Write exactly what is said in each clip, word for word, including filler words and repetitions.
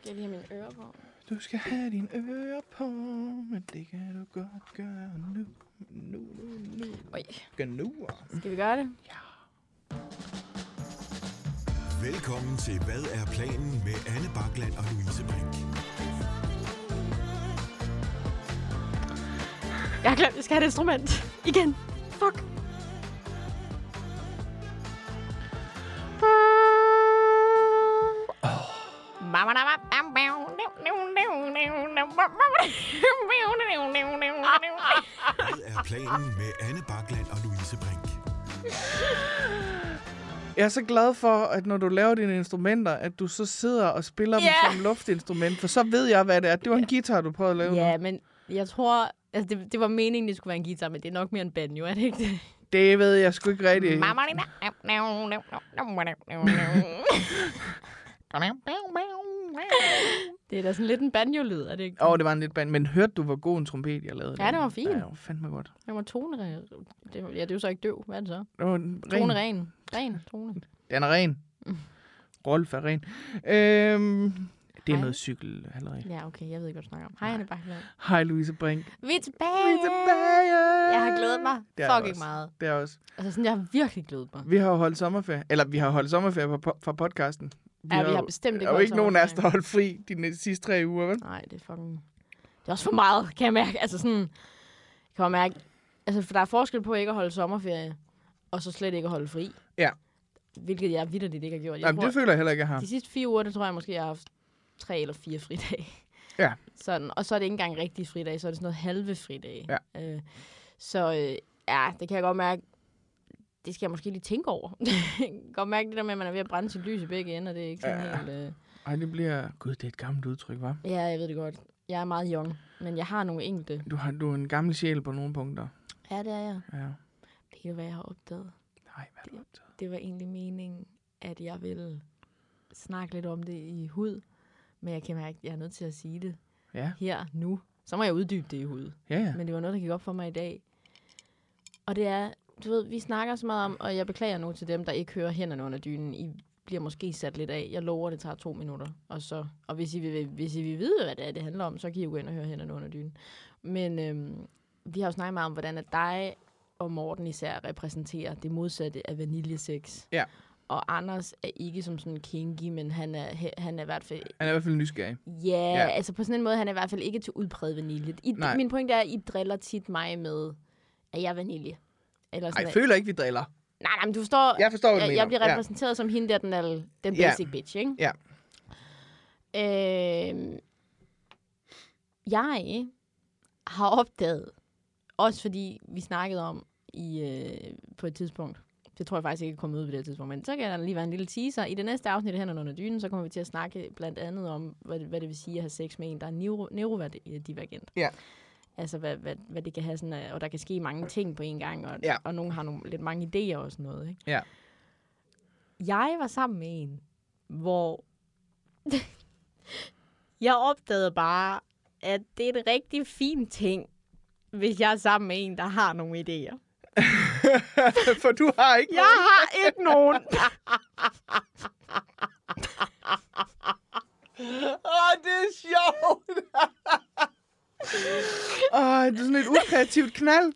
Skal jeg lige have mine ører på? Du skal have dine ører på, men det kan du godt gøre nu. Nu, nu, nu. Oj. Gør nu. Skal vi gøre det? Ja. Velkommen til Hvad er planen med Anne Bakland og Louise Brink. Jeg har glemt, jeg skal have et instrument. Igen. Fuck. Hvad er planen med Anne Bakland og Louise Brink? Jeg er så glad for, at når du laver dine instrumenter, at du så sidder og spiller yeah. dem som luftinstrument, for så ved jeg, hvad det er. Det var en guitar, du prøvede at lave. Ja, men jeg tror... Altså, det, det var meningen, det skulle være en guitar, men det er nok mere en banjo, er det ikke det? Det ved jeg sgu ikke rigtigt. Det er da sådan lidt en banjo-lyd, er det ikke? Åh, oh, det var en lidt banjo. Men hørte du, hvor god en trompet, jeg lavede? Ja, det var fint. Ja, det var fandme godt. Det var tone... Det var, ja, det er jo så ikke døv. Hvad er det så? Det var en ren. Tone ren. Ren tone. Den er ren. Mm. Rolf er ren. Øhm, det er Hej. noget cykel, halløj. Ja, okay. Jeg ved ikke, hvad du snakker om. Hej, Anne Bakland. Hej, Louise Brink. Vi er tilbage! Vi er tilbage! Jeg har glædet mig fucking også. meget. Det er også. Altså sådan, jeg har virkelig glædet mig. Vi har jo holdt sommerferie. Eller vi har holdt sommerferie fra, fra podcasten. Vi ja, har vi har bestemt ikke Der er jo holdt ikke nogen af os, der sommerferie. har holdt fri de sidste tre uger, vel? Nej, det er fucking... Det er også for meget, kan jeg mærke. Altså sådan... Jeg kan mærke... Altså, for der er forskel på ikke at holde sommerferie, og så slet ikke at holde fri. Ja. Hvilket jeg vitterligt ikke har gjort. Jeg Jamen, tror, det føler jeg heller ikke, jeg har. de sidste fire uger, det tror jeg måske, jeg har haft tre eller fire fridage. Ja. Sådan, og så er det ikke engang rigtig fridag, så er det sådan noget halve fridag. Ja. Øh, så øh, ja, det kan jeg godt mærke. Det skal jeg måske lige tænke over. Jeg kan godt mærke det der med, at man er ved at brænde sit lys i begge ender. Det er ikke sådan Ja. helt... Øh... Ej, det bliver... Gud, det er et gammelt udtryk, hva'? Ja, jeg ved det godt. Jeg er meget young, men jeg har nogle enkelte. Du, har, du er en gammel sjæl på nogle punkter. Ja, det er jeg. Ja. Ved du, hvad jeg har opdaget? Nej, hvad er du optaget? Det var egentlig meningen, at jeg ville snakke lidt om det i hud. Men jeg kan mærke, at jeg er nødt til at sige det Ja. her nu. Så må jeg uddybe det i hud. Ja, ja. Men det var noget, der gik op for mig i dag. Og det er, du ved, vi snakker så meget om, og jeg beklager nu til dem, der ikke hører hænderne under dynen. I bliver måske sat lidt af. Jeg lover, det tager to minutter. Og, så, og hvis, I vil, hvis I vil vide, hvad det er, det handler om, så kan I jo gå ind og høre hænderne under dynen. Men øhm, vi har jo snakket meget om, hvordan at dig og Morten især repræsenterer det modsatte af vaniljesex. Ja. Og Anders er ikke som sådan en kinky, men han er, han er i hvert fald... Han er i hvert fald nysgerrig. Ja, yeah, Ja. altså på sådan en måde, han er i hvert fald ikke til udpræget vanilje. I, Nej. min pointe er, at I driller tit mig med, at jeg er vanilje. Eller Ej, sådan jeg føler ikke, vi driller. Nej, nej, men du forstår... Jeg forstår, hvad du jeg, mener. jeg bliver Ja. repræsenteret som hende der, den, er, den Ja. basic bitch, ikke? Ja. Øh, jeg har opdaget, også fordi vi snakkede om i øh, på et tidspunkt, det tror jeg faktisk ikke er kommet ud på det tidspunkt, men så kan der lige være en lille teaser. I det næste afsnit af Hænderne under dynen, så kommer vi til at snakke blandt andet om, hvad det, hvad det vil sige at have sex med en, der er neuro, neurodivergent. Ja. Altså, hvad, hvad, hvad det kan have sådan, og der kan ske mange ting på en gang, og, Ja. og nogen har nogle, lidt mange idéer og sådan noget, ikke? Ja. Jeg var sammen med en, hvor jeg opdagede bare, at det er en rigtig fin ting, hvis jeg er sammen med en, der har nogle idéer. For du har ikke Jeg nogen. har ikke nogen. Åh, det er sjovt. Åh, det er sådan et ukreativt knald.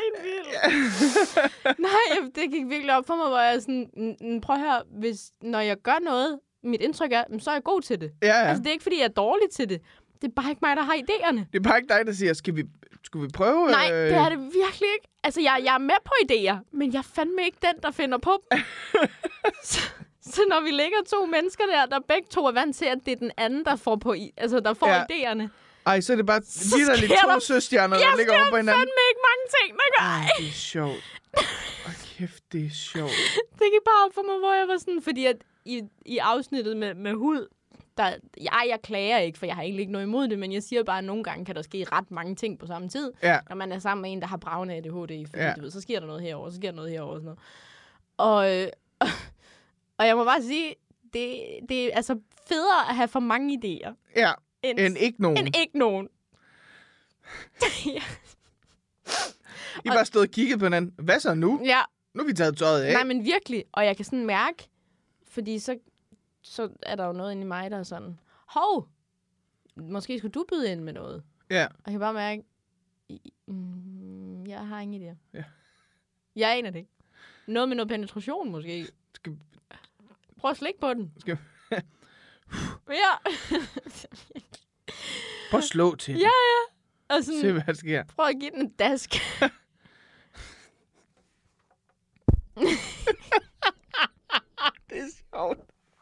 Nej, det gik virkelig op for mig, hvor jeg sådan, "N- n- prøv at høre, hvis, når jeg gør noget, mit indtryk er, "Men så er jeg god til det. Ja, ja. Altså, det er ikke, fordi jeg er dårlig til det. Det er bare ikke mig, der har idéerne. Det er bare ikke dig, der siger, skal vi, skal vi prøve? Nej, øh... det er det virkelig ikke. Altså, jeg, jeg er med på idéer, men jeg er fandme ikke den, der finder på dem. så, så når vi ligger to mennesker der, der begge to er vant til, at det er den anden, der får, på i, altså, der får Ja. idéerne. Ej, så er det bare Så vitterligt sker to der- søstjerner, Jeg der ligger over på hinanden. fandme ikke mange ting, der gør. Ej, det er sjovt. Åh, kæft, det er sjovt. Det gik bare op for mig, hvor jeg var sådan, fordi at i, i afsnittet med, med hud, der, jeg, jeg klager ikke, for jeg har egentlig ikke noget imod det, men jeg siger bare, at nogle gange kan der ske ret mange ting på samme tid, Ja. når man er sammen med en, der har bravende A D H D, fordi Ja. du ved, så sker der noget herover, så sker der noget herover og sådan noget. Og, øh, og jeg må bare sige, det, det er altså federe at have for mange idéer, Ja, end, end ikke nogen. end ikke nogen. ja. I bare stået og kigget på hinanden. Hvad så nu? ja. Nu er vi taget tøjet af. Nej, men virkelig. Og jeg kan sådan mærke, fordi så, så er der jo noget inde i mig, der er sådan, hov, måske skulle du byde ind med noget. Ja. Og jeg kan bare mærke, i- mm, jeg har ingen idé. Ja. Jeg aner det ikke. Noget med noget penetration, måske. Skal, Prøv at slikke på den. skal, Ja. prøv at slå til. Ja, ja. Og sådan, Se, hvad der sker. prøv at give den en dask. Det er sjovt.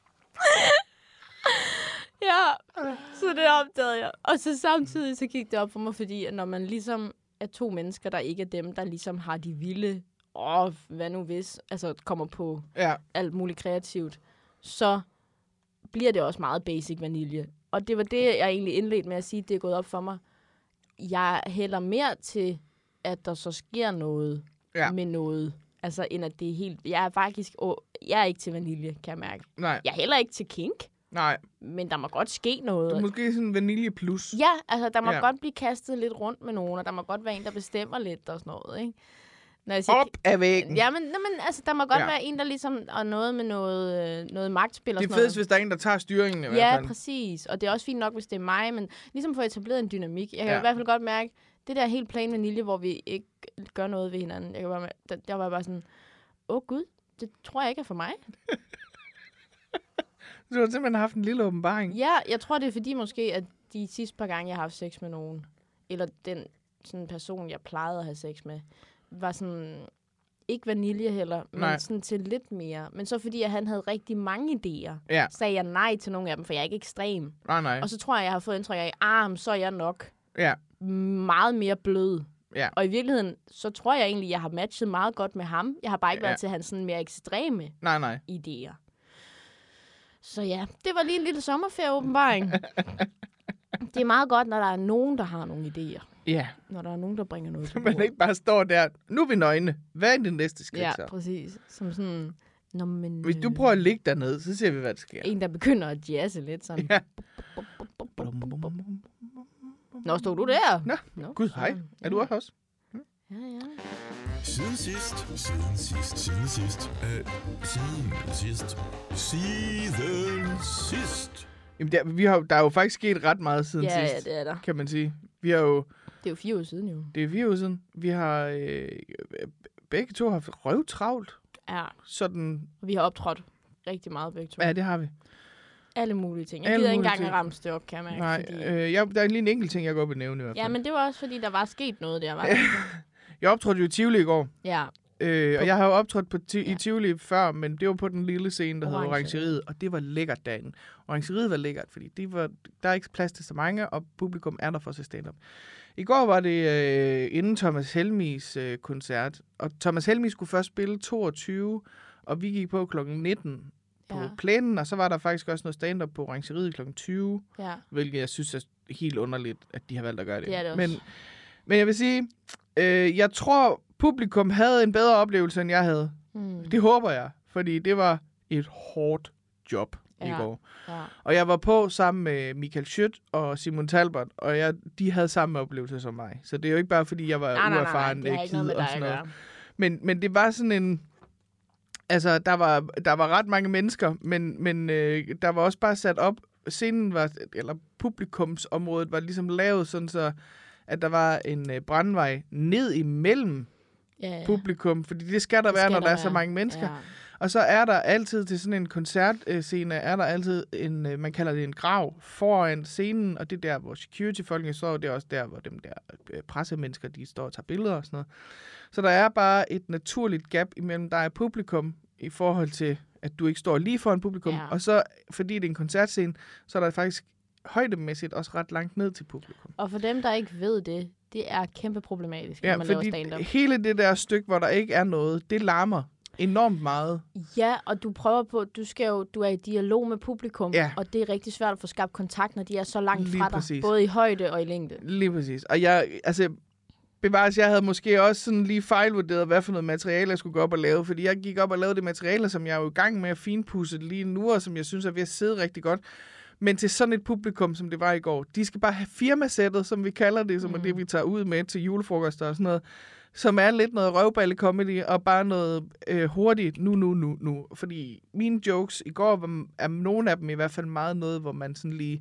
Ja, så det opdagede jeg. Og så samtidig så gik det op for mig, fordi at når man ligesom er to mennesker, der ikke er dem, der ligesom har de vilde, åh, hvad nu hvis, altså kommer på Ja. alt muligt kreativt, så bliver det også meget basic vanilje. Og det var det, jeg egentlig indledte med at sige, det er gået op for mig. Jeg hælder mere til, at der så sker noget Ja. med noget. Altså, end at det er helt... Jeg er faktisk... Åh, jeg er ikke til vanilje, kan jeg mærke. Nej. Jeg er heller ikke til kink, Nej. men der må godt ske noget. Du er måske sådan en vanilje plus. Ja, altså, der må Ja. ja. godt blive kastet lidt rundt med nogen, og der må godt være en, der bestemmer lidt og sådan noget, ikke? Når jeg siger, Op af væggen. ja, men, nå, men altså, der må godt Ja. ja. være en, der ligesom... Og noget med noget, øh, noget magtspil og Det er sådan noget. fedest, hvis der er en, der tager styringen i hvert Ja, fald. præcis. Og det er også fint nok, hvis det er mig, men ligesom få etableret en dynamik. Jeg kan Ja. ja. i hvert fald godt mærke, det der helt plain vanilje, hvor vi ikke gør noget ved hinanden. Jeg, kan bare, mærke- der, der var bare sådan, åh gud, det tror jeg ikke er for mig. Du har simpelthen haft en lille åbenbaring. Ja, jeg tror, det er fordi måske, at de sidste par gange, jeg har haft sex med nogen, eller den sådan person, jeg plejede at have sex med, var sådan, ikke vanilje heller, men Nej. sådan til lidt mere. Men så fordi, at han havde rigtig mange idéer, Ja. sagde jeg nej til nogle af dem, for jeg er ikke ekstrem. Nej, nej. Og så tror jeg, jeg har fået indtryk af, ah, men så er jeg nok Ja. meget mere blød. Ja. Og i virkeligheden, så tror jeg egentlig, jeg har matchet meget godt med ham. Jeg har bare ikke Ja. været til hans sådan mere ekstreme Nej, nej. idéer. Så ja, det var lige en lille sommerferie-åbenbaring. Det er meget godt, når der er nogen, der har nogle idéer. Ja. Når der er nogen, der bringer noget til Man bordet. ikke bare står der. Nu er vi nøgne. Hvad er det næste skridt Ja, så? præcis. Som sådan... Nå, men, Hvis du øh, prøver at ligge dernede, så ser vi, hvad der sker. En, der begynder at jazze lidt sådan. Ja. Nå, stod du der? Nå, Nå Gud, hej. sådan. Er du også hos? Ja, ja. Siden sidst. Siden sidst. Siden sidst. Øh, siden sidst. Siden sidst. Jamen, der, vi har, der er jo faktisk sket ret meget siden Ja, ja, sidst, det er der. kan man sige. Vi har jo... Det er jo fire uger siden jo. Det er fire uger siden. Vi har... Øh, begge to har haft røvtravlt. Ja, Sådan... og vi har optrådt rigtig meget begge to. Ja, det har vi. Alle mulige ting. Jeg Alle gider ikke mulige engang ting. at ramse det op, kan jeg mærke. Nej, fordi... øh, jeg, der er lige en enkelt ting, jeg godt vil nævne i hvert fald. Ja, men det var også, fordi der var sket noget der, var Jeg optrådte jo i Tivoli i går. Ja, Øh, På- og jeg har jo optrådt på ti- Ja. i Tivoli før, men det var på den lille scene, der hedder Orangeriet. Orangeriet, og det var lækkert derinde. Orangeriet var lækkert, fordi det var, der er ikke plads til så mange, og publikum er der for at se stand-up. I går var det øh, inden Thomas Helmis øh, koncert, og Thomas Helmi skulle først spille toogtyve, og vi gik på klokken nitten på Ja. plænen, og så var der faktisk også noget stand-up på Orangeriet klokken tyve, ja. hvilket jeg synes er helt underligt, at de har valgt at gøre det. Det er det også. Men, men jeg vil sige, øh, jeg tror, publikum havde en bedre oplevelse, end jeg havde. Hmm. Det håber jeg, fordi det var et hårdt job ja. Ja. i går. Ja. Og jeg var på sammen med Michael Schødt og Simon Talbot, og jeg, de havde samme oplevelse som mig. Så det er jo ikke bare, fordi jeg var Nej, nej, nej, uerfaren, det har ikke noget med og dig sådan at noget. gøre. Men, men det var sådan en... Altså, der var, der var ret mange mennesker, men, men øh, der var også bare sat op... Scenen var... Eller publikumsområdet var ligesom lavet sådan så, at der var en øh, brandvej ned imellem Ja, ja. publikum, fordi det skal der Det være, skal når der der er så være. mange mennesker. Ja. Og så er der altid til sådan en koncertscene, er der altid en, øh, man kalder det en grav, foran scenen, og det er der, hvor security-folkene står, og det er også der, hvor dem der øh, pressemennesker, de står og tager billeder og sådan noget. Så der er bare et naturligt gap imellem dig og publikum, i forhold til, at du ikke står lige foran publikum, Ja. og så, fordi det er en koncertscene, så er der faktisk højdemæssigt også ret langt ned til publikum. Og for dem, der ikke ved det, det er kæmpe problematisk, når Ja, man laver fordi stand-up. hele det der stykke, hvor der ikke er noget, det larmer enormt meget. Ja, og du prøver på, du skal jo, du er i dialog med publikum, Ja. og det er rigtig svært at få skabt kontakt, når de er så langt Lige fra dig, præcis. både i højde og i længde. Lige præcis. Og jeg, altså, bevares, jeg havde måske også sådan lige fejlvurderet, hvad for noget materiale, jeg skulle gå op og lave, fordi jeg gik op og lavede det materiale, som jeg er jo i gang med at finpudse lige nu, og som jeg synes er ved at sidde rigtig godt. Men til sådan et publikum, som det var i går, de skal bare have firmasættet, som vi kalder det, som mm. er det, vi tager ud med til julefrokoster og sådan noget, som er lidt noget røvballe-comedy, og bare noget øh, hurtigt nu, nu, nu, nu. Fordi mine jokes i går, var, er nogle af dem i hvert fald meget noget, hvor man sådan lige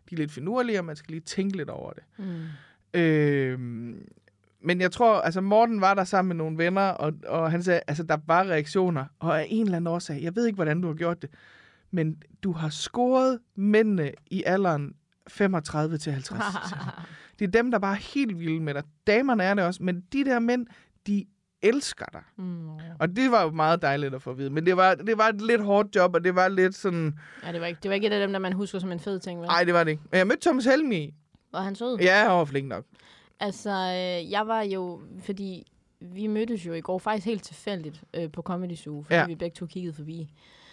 de er lidt finurlige, og man skal lige tænke lidt over det. Mm. Øh, men jeg tror, altså Morten var der sammen med nogle venner, og, og han sagde, altså der var reaktioner, og af en eller anden årsag, jeg ved ikke, hvordan du har gjort det, men du har scoret mændene i alderen femogtredive til halvtreds. Det er dem, der bare er helt vilde med dig. Damerne er det også, men de der mænd, de elsker dig. Mm. Og det var jo meget dejligt at få at vide. Men det var, det var et lidt hårdt job, og det var lidt sådan... Ja, det var ikke, det var ikke et af dem, der man husker som en fed ting, vel? Nej, det var det ikke. Men jeg mødte Thomas Helmi. Var han sød? Ja, han var flink nok. Altså, øh, jeg var jo... Fordi vi mødtes jo i går faktisk helt tilfældigt øh, på Comedy Zoo, fordi Ja. vi begge to kiggede forbi.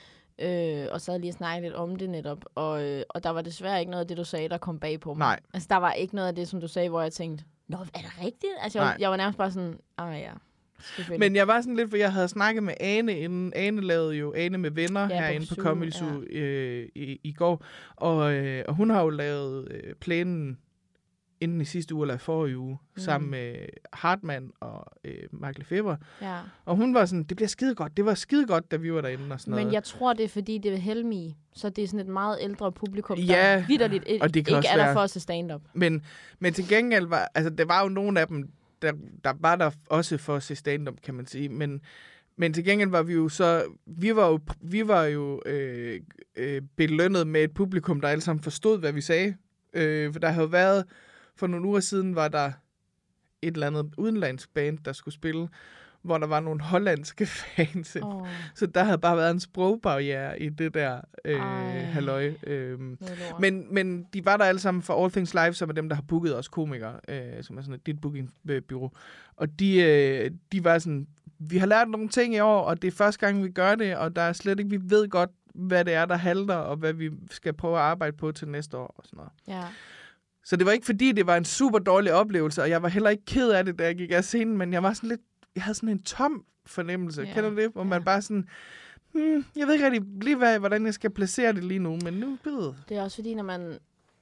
Øh, og så havde lige snakket lidt om det netop. Og, øh, og der var desværre ikke noget af det, du sagde, der kom bag på mig. Nej. Altså, der var ikke noget af det, som du sagde, hvor jeg tænkte, nå, er det rigtigt? Altså, jeg, Nej. jeg var nærmest bare sådan, ah ja, selvfølgelig. Men jeg var sådan lidt, for jeg havde snakket med Ane inden. Ane lavede jo Ane med venner Ja, på herinde på Zoo, Comedy Zoo øh, i, i går. Og, øh, og hun har jo lavet øh, plænen inden i sidste uge, eller forrige uge, mm. sammen med Hartmann og øh, Mark Lefebvre. Ja. Og hun var sådan, det bliver skide godt. Det var skide godt, da vi var derinde og sådan noget. Men jeg tror, det er fordi, det er Helmi. Så det er sådan et meget ældre publikum, der Ja, vitterligt et, og det kan ikke også er der være- for at se stand-up. Men, men til gengæld var, altså der var jo nogle af dem, der, der var der også for at se stand-up, kan man sige. Men, men til gengæld var vi jo så, vi var jo, vi var jo øh, øh, belønnet med et publikum, der alle sammen forstod, hvad vi sagde. Øh, for der havde været, for nogle uger siden var der et eller andet udenlandsk band, der skulle spille, hvor der var nogle hollandske fans. Oh, Så der havde bare været en sprogbarriere i det der øh, Ej. halløj. Øh, Men, men de var der alle sammen for All Things Live, som er dem, der har booket os komikere, øh, som er sådan et dit bookingbyrå. Og de, øh, de var sådan, vi har lært nogle ting i år, og det er første gang, vi gør det, og der er slet ikke, vi ved godt, hvad det er, der halter, og hvad vi skal prøve at arbejde på til næste år og sådan noget. ja. Så det var ikke fordi, det var en super dårlig oplevelse, og jeg var heller ikke ked af det, da jeg gik af scenen, men jeg var sådan lidt, jeg havde sådan en tom fornemmelse, Ja, kender du det? Hvor ja. man bare sådan, hmm, jeg ved ikke rigtig lige, hvad, hvordan jeg skal placere det lige nu, men nu ved Det er også fordi, når man...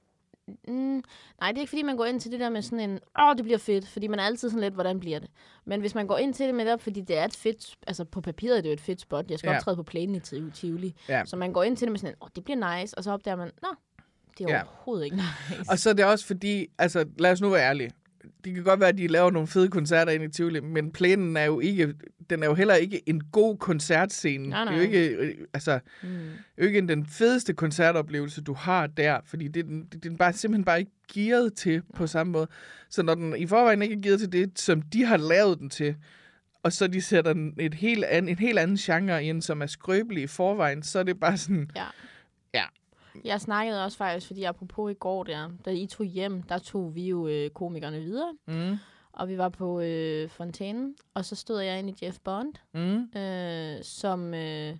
Mm, nej, det er ikke fordi, man går ind til det der med sådan en, åh, oh, det bliver fedt, fordi man er altid sådan lidt, hvordan bliver det? Men hvis man går ind til det med det, fordi det er et fedt, altså på papiret er det jo et fedt spot, jeg skal Ja. optræde på plænen i Tiv- Tivoli, Ja. så man går ind til det med sådan en, åh, oh, det bliver nice, og så opdager man, nå, det er Ja. overhovedet ikke nice. Og så er det også fordi, altså lad os nu være ærlige. Det kan godt være, at de laver nogle fede koncerter inde i Tivoli, men plænen er jo ikke, den er jo heller ikke en god koncertscene. Nej, nej. Det er jo ikke, øh, altså, Mm. det er jo ikke den fedeste koncertoplevelse, du har der, fordi det, det, det er bare, simpelthen bare ikke gearet til på samme måde. Så når den i forvejen ikke er gearet til det, som de har lavet den til, og så de sætter en, et helt an, en helt anden genre ind, som er skrøbelig i forvejen, så er det bare sådan, Ja. Ja. Jeg snakkede også faktisk, fordi apropos i går der, da I tog hjem, der tog vi jo øh, komikerne videre, mm, og vi var på øh, Fontænen, og så stod jeg inde i Jeff Bond, mm, øh, som, øh,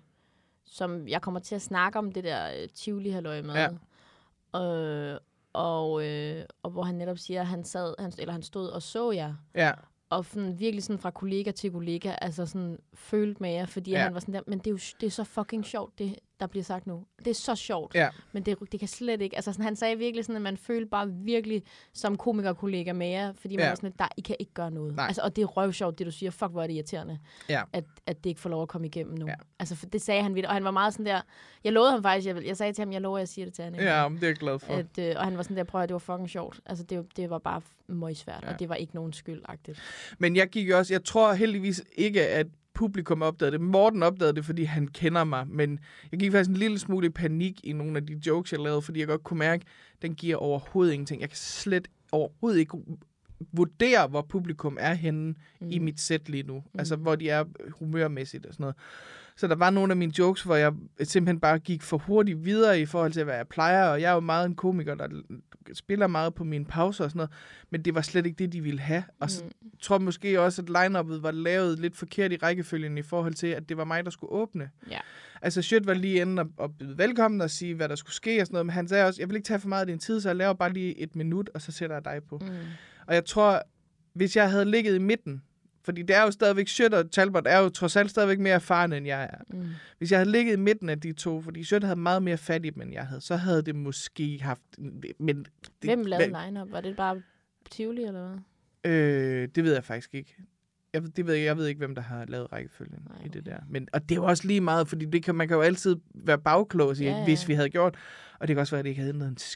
som jeg kommer til at snakke om det der øh, Tivoli-halløj med. Ja. Øh, og, øh, og hvor han netop siger, at han sad, han, eller han stod og så jer, ja, og sådan, virkelig sådan fra kollega til kollega, altså sådan følte med jer, fordi Ja. han var sådan der, men det er jo det er så fucking sjovt, det der bliver sagt nu. Det er så sjovt, ja. men det, det kan slet ikke, altså sådan, han sagde virkelig sådan, at man følte bare virkelig som komikerkollega med jer, fordi man Ja. var sådan, at der, I kan ikke gøre noget. Nej. Altså, og det er røvsjovt, det du siger, fuck hvor er det irriterende, Ja. at, at det ikke får lov at komme igennem nu. Ja. Altså, for det sagde han vildt, og han var meget sådan der, jeg lovede ham faktisk, jeg, jeg sagde til ham, jeg lover, jeg siger det til han. Ja, men det er jeg glad for. At, øh, og han var sådan der, prøv at det var fucking sjovt. Altså, det, det var bare møgsvært, Ja. ja. og det var ikke nogen skyld-agtigt. Men jeg gik jo også, jeg tror heldigvis ikke, at publikum opdagede det. Morten opdagede det, fordi han kender mig, men jeg gik faktisk en lille smule i panik i nogle af de jokes, jeg lavede, fordi jeg godt kunne mærke, at den giver overhovedet ingenting. Jeg kan slet overhovedet ikke vurdere, hvor publikum er henne mm. i mit sæt lige nu. Mm. Altså, hvor de er humørmæssigt og sådan noget. Så der var nogle af mine jokes, hvor jeg simpelthen bare gik for hurtigt videre i forhold til, hvad jeg plejer, og jeg er jo meget en komiker, der spiller meget på mine pauser og sådan noget, men det var slet ikke det, de ville have. Og så Mm. tror jeg måske også, at line-uppet var lavet lidt forkert i rækkefølgen i forhold til, at det var mig, der skulle åbne. Ja. Altså, Sjøt var lige inde og, og byde velkommen og sige, hvad der skulle ske og sådan noget, men han sagde også, jeg vil ikke tage for meget af din tid, så jeg laver bare lige et minut, og så sætter jeg dig på. Mm. Og jeg tror, hvis jeg havde ligget i midten, fordi det er jo stadigvæk, Sjøt og Talbot er jo trods alt stadigvæk mere erfarne, end jeg er. Mm. Hvis jeg havde ligget i midten af de to, fordi Sjøt havde meget mere fat i dem, end jeg havde, så havde det måske haft... Men det, Hvem lavede hvad- line-up? Var det bare Tivoli, eller hvad? Øh, det ved jeg faktisk ikke. Jeg, det ved jeg, jeg ved ikke, hvem der har lavet rækkefølgen Nej, i det okay. der. Men, og det er jo også lige meget, fordi det kan, man kan jo altid være bagklog og sige, Ja, ja. hvis vi havde gjort. Og det kan også være, at det ikke havde ændret en skid.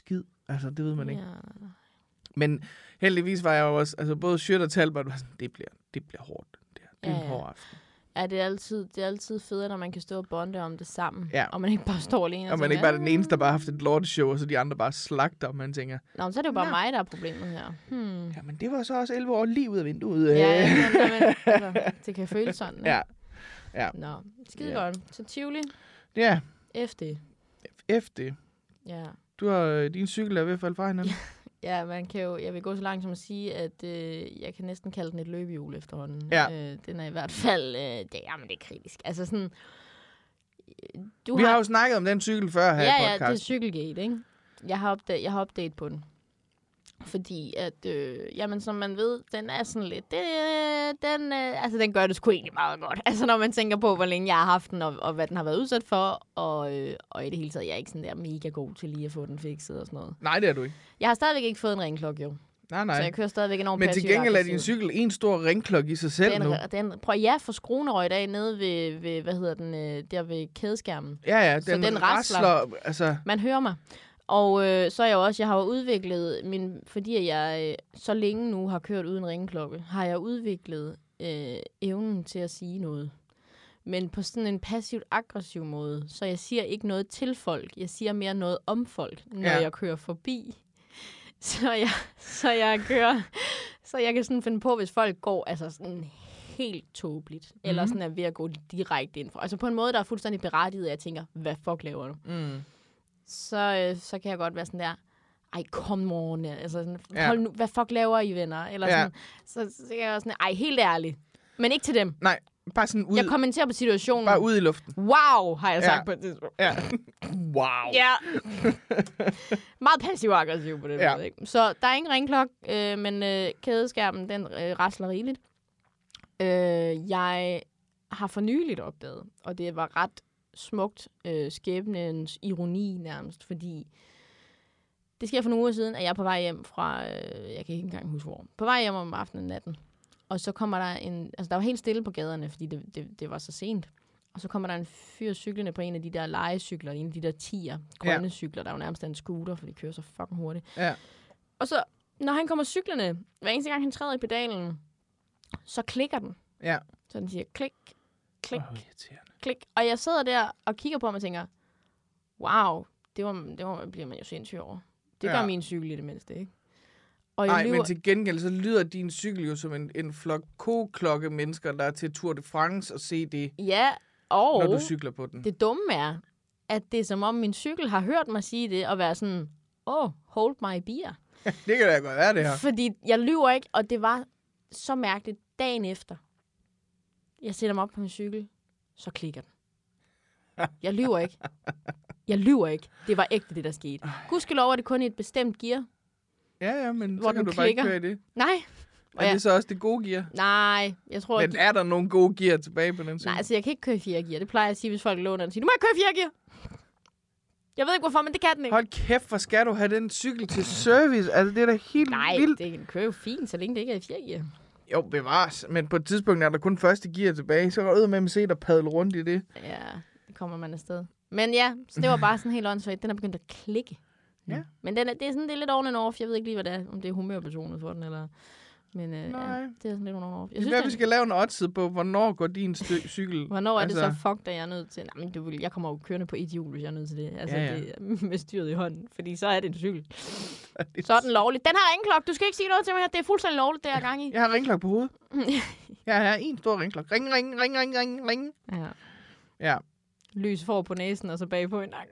Altså, det ved man ikke. Ja. Men heldigvis var jeg jo også, altså både Sjøt og Talbot var sådan, det bliver, det bliver hårdt. Det, det er Ja, en ja. hård aften. Ja, det er altid, det er altid federe, når man kan stå og bonde om det sammen. Ja. Og man ikke bare står alene. Og man tænker, ikke bare er den "Ah." eneste, der bare har haft et lorteshow, og så de andre bare slagter, og man tænker, Nå, men så er det jo bare Nå. mig, der er problemet her. Hmm. ja, men det var så også elleve år lige ud af vinduet. Ja, ja, men, men, altså, det kan føles sådan. Ikke? ja. Ja. Nå, skide Ja. godt. Så Tivoli, Ja, F D. F D. Ja. Du har, øh, din cykel er ved at falde fra hinanden. Ja, man kan jo, jeg vil gå så langt som at sige, at øh, jeg kan næsten kalde den et løbehjul efterhånden. Ja. Øh, den er i hvert fald, øh, det, jamen, det er kritisk. Altså sådan, øh, du Vi har jo snakket om den cykel før her ja, i ja, det er podcast. cykelgate, ikke? Jeg har, opdag- jeg har update på den. Fordi at, øh, jamen som man ved, den er sådan lidt, det, den, øh, altså den gør det sgu egentlig meget godt. Altså når man tænker på, hvor længe jeg har haft den, og, og hvad den har været udsat for, og, øh, og i det hele taget, jeg er ikke sådan der mega god til lige at få den fikset og sådan noget. Nej, det er du ikke. Jeg har stadigvæk ikke fået en ringklokke, jo. Nej, Så nej. jeg kører stadigvæk enormt Men til passivt gengæld er din aggressivt. cykel en stor ringklokke i sig selv den, nu. den, prøv at ja, for skruen røg i dag nede ved, ved, hvad hedder den, øh, der ved kædeskærmen. Ja, ja, Så den, den rasler. rasler. Altså, Man hører mig. Og øh, så er jeg jo også, jeg har jo udviklet, min, fordi jeg øh, så længe nu har kørt uden ringeklokke, har jeg udviklet øh, evnen til at sige noget. Men på sådan en passivt aggressiv måde. Så jeg siger ikke noget til folk. Jeg siger mere noget om folk, når Ja. jeg kører forbi. Så jeg, så jeg kører, så jeg kan sådan finde på, hvis folk går altså sådan helt tåbeligt, mm. eller sådan er ved at gå direkte ind for. Altså på en måde, der er fuldstændig berettiget, at jeg tænker, hvad fuck laver du? mm. Så, øh, så kan jeg godt være sådan der, ej, kom on, altså sådan, Ja. hold nu, hvad fuck laver I, venner? Eller Ja. sådan, så, så kan jeg være sådan, ej, helt ærligt, men ikke til dem. Nej, bare sådan ud, Jeg kommenterer på situationen. bare ud i luften. Wow, har jeg Ja. sagt på et tidspunkt. Ja. Wow. Ja. Meget passiv-aggressiv på det Ja. måde, ikke? Så der er ingen ringklokke, øh, men øh, kædeskærmen, den øh, rasler rigeligt. Øh, jeg har for nyligt opdaget, og det var ret smukt, øh, skæbnens ironi nærmest, fordi det sker for nogle uger siden, at jeg er på vej hjem fra, øh, jeg kan ikke engang huske hvor, på vej hjem om aftenen natten. Og så kommer der en, altså der var helt stille på gaderne, fordi det, det, det var så sent. Og så kommer der en fyr cyklende på en af de der legecykler, en af de der tier, grønne ja. cykler, der er jo nærmest en scooter, for de kører så fucking hurtigt. Ja. Og så, når han kommer cyklende, hver eneste gang han træder i pedalen, så klikker den. Ja. Så den siger klik, klik, Oh, irriterende. klik. Og jeg sidder der og kigger på ham og tænker, wow, det, var, det var, bliver man jo sindssyg over. Det gør Ja. min cykel i det mindste, ikke? Og jeg Nej, lyver, men til gengæld, så lyder din cykel jo som en, en flok ko-klokke mennesker, der er til Tour de France og se det, ja, og når du cykler på den. det dumme er, at det er som om min cykel har hørt mig sige det, og være sådan, oh, hold my beer. Det kan da godt være, det her. Fordi jeg lyver ikke, og det var så mærkeligt dagen efter. Jeg sætter mig op på min cykel, så klikker den. Jeg lyver ikke. Jeg lyver ikke. Det var ægte, det der skete. Gudskelov er det kun i et bestemt gear. Ja, ja, men Hvor så kan den du bare ikke klikker. køre i det. Nej. Og Er jeg, det så også det gode gear? nej, jeg tror Men ikke... er der nogle gode gear tilbage på den cykel? Nej, altså jeg kan ikke køre i fire gear. Det plejer jeg at sige, hvis folk låner den. Siger, du må ikke køre i fire gear. Jeg ved ikke hvorfor, men det kan den ikke. Hold kæft, hvor skal du have den cykel til service? Altså, det er da helt Nej, vildt. det kører jo fint, så længe det ikke er i fire gear. Jo, bevares. Men på et tidspunkt er der kun første gear tilbage. Så går jeg ud med at se dig padle rundt i det. Ja, det kommer man afsted. Men ja, så det var bare sådan helt åndssvagt. Den er begyndt at klikke. Ja. Men den er, det er sådan det er lidt on and off. Jeg ved ikke lige, hvad det er. Om det er humørbetonet for den, eller... Men øh, Nej. ja, det er sådan lidt on and off. Jeg Jeg synes, synes, vi den, skal lave en oddset på, hvornår går din stø- cykel. hvornår er altså... altså- det så fuck, da jeg er nødt til... Nej, men du vil, jeg kommer jo kørende på et hjul, hvis jeg er nødt til det. Altså, Ja, ja. Det, er med styret i hånden. Fordi så er det en cykel. Så er den lovlig. Den har ingen klokke. Du skal ikke sige noget til mig her. Det er fuldstændig lovligt, det jeg er gang i. Jeg har ringklokke på hovedet. Jeg har en stor ringklokke. Ring, ring, ring, ring, ring, ring. Ja. Ja. Lys for på næsen, og så bagpå i nakken.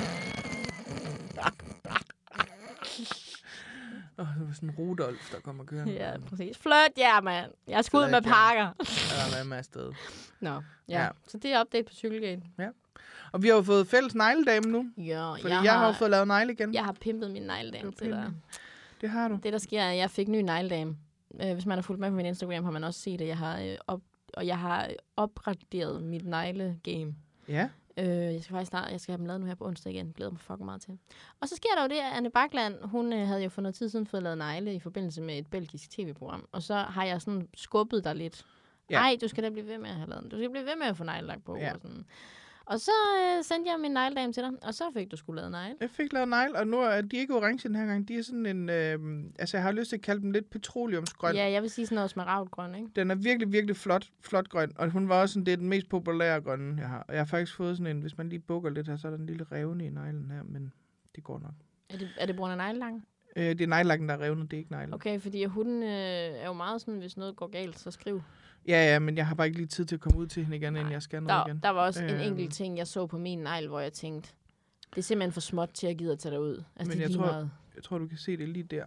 Åh, det var sådan en Rudolf, der kommer kørende. Ja, præcis. Flirt, ja, mand. Jeg skal ud Flirt, med ja. pakker. Ja, hvad med afsted. Nå, ja. Ja. ja. Så det er update på Cykelgate. Og vi har jo fået fælles negledame nu. Ja, Fordi jeg, jeg, har, har jo fået lavet negle igen. jeg har pimpet min negledame til dig. Det har du. Det, der sker, er, at jeg fik ny negledame. Øh, hvis man har fulgt med på min Instagram, har man også set, at jeg har, øh, op, og jeg har opgraderet mit neglegame. Ja. Øh, jeg skal faktisk snart, jeg skal have dem lavet nu her på onsdag igen. Glæder mig fucking meget til. Og så sker der jo det, at Anne Bakland, hun øh, havde jo for noget tid siden fået lavet negle i forbindelse med et belgisk tv-program. Og så har jeg sådan skubbet dig lidt. Ja. Nej, du skal da blive ved med at have lavet den. Du skal blive ved med at få neglelagt på. Ja. Og, sådan. Og så øh, sendte jeg min negledame til dig, og så fik du sgu lavet negle. Jeg fik lavet negl, og nu er de ikke orange den her gang. De er sådan en, øh, altså jeg har lyst til at kalde dem lidt petroleumsgrøn. Ja, jeg vil sige sådan noget smaragdgrøn, ikke? Den er virkelig, virkelig flot, flot grøn, og hun var også sådan, det er den mest populære grønne, jeg har. Og jeg har faktisk fået sådan en, hvis man lige bukker lidt her, så er der en lille revne i neglen her, men det går nok. Er det, er det brun af neglelang? Øh, det er neglelakken, der er revnet, det er ikke neglen. Okay, fordi hun øh, er jo meget sådan, hvis noget går galt, så skriv. Ja, ja, men jeg har bare ikke lige tid til at komme ud til hende igen, Nej, inden jeg skal noget der, igen. Der var også øh, en Øhm. enkelt ting, jeg så på min negl, hvor jeg tænkte, det er simpelthen for småt til at give at tage dig ud. Altså, Men det er jeg lige tror, meget. jeg tror, du kan se det lige der.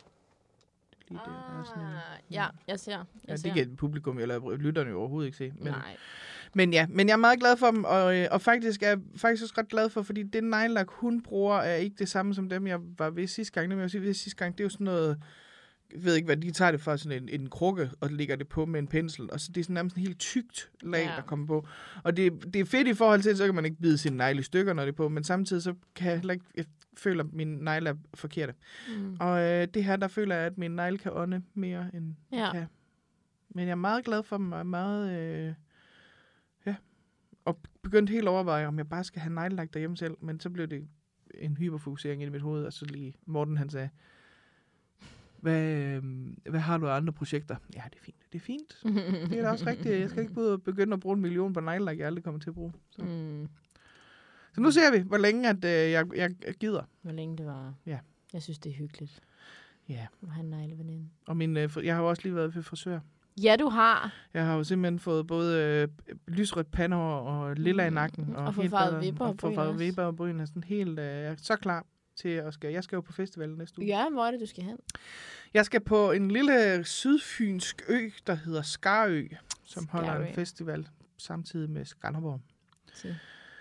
Lige der. Der er sådan en, Ah, ja, jeg ser. Jeg ja, ser. det kan publikum eller lytterne jo overhovedet ikke se. Men, Nej. men ja, men jeg er meget glad for dem, og, øh, og faktisk er jeg faktisk også ret glad for, fordi den neglelak, hun bruger, er ikke det samme som dem, jeg var ved sidste gang. Det, jeg vil sige, ved sidste gang, det er jo sådan noget, jeg ved ikke hvad, de tager det fra sådan en, en krukke, og lægger det på med en pensel, og så det er sådan nærmest en helt tykt lag, ja. der kommer på. Og det, det er fedt i forhold til, så kan man ikke bide sine negle i stykker, når det er på, men samtidig så kan jeg heller ikke, jeg føler, at mine negle er forkerte. Mm. Og øh, det her, der føler jeg, at mine negle kan ånde mere, end ja. jeg kan. Men jeg er meget glad for dem, og er meget, øh, ja, og begyndte helt at overveje, om jeg bare skal have neglelak derhjemme selv, men så blev det en hyperfokusering i mit hoved, og så lige Morten, han sagde, Hvad, øh, hvad har du af andre projekter? Ja, det er fint. Det er fint. Det er da også rigtigt. Jeg skal ikke ud og begynde at bruge en million på neglelak, jeg aldrig kommer til at bruge. Så, mm. så nu ser vi, hvor længe at, øh, jeg, jeg gider. Hvor længe det var. Ja. Jeg synes, det er hyggeligt. Ja. At have en negleveninde. Og min, øh, jeg har jo også lige været ved frisør. Ja, du har. Jeg har jo simpelthen fået både øh, lysrødt pandehår og lilla i nakken. Mm. Og, og forfarvet vipper og bryn. Og forfarvet vipper og bryn. Sådan helt, øh, jeg er så klar til at skal. Jeg skal jo på festival næste uge. Ja, hvor er det, du skal hen? Jeg skal på en lille sydfynsk ø, der hedder Skarø, som Skarø. holder en festival samtidig med Skanderborg. Så,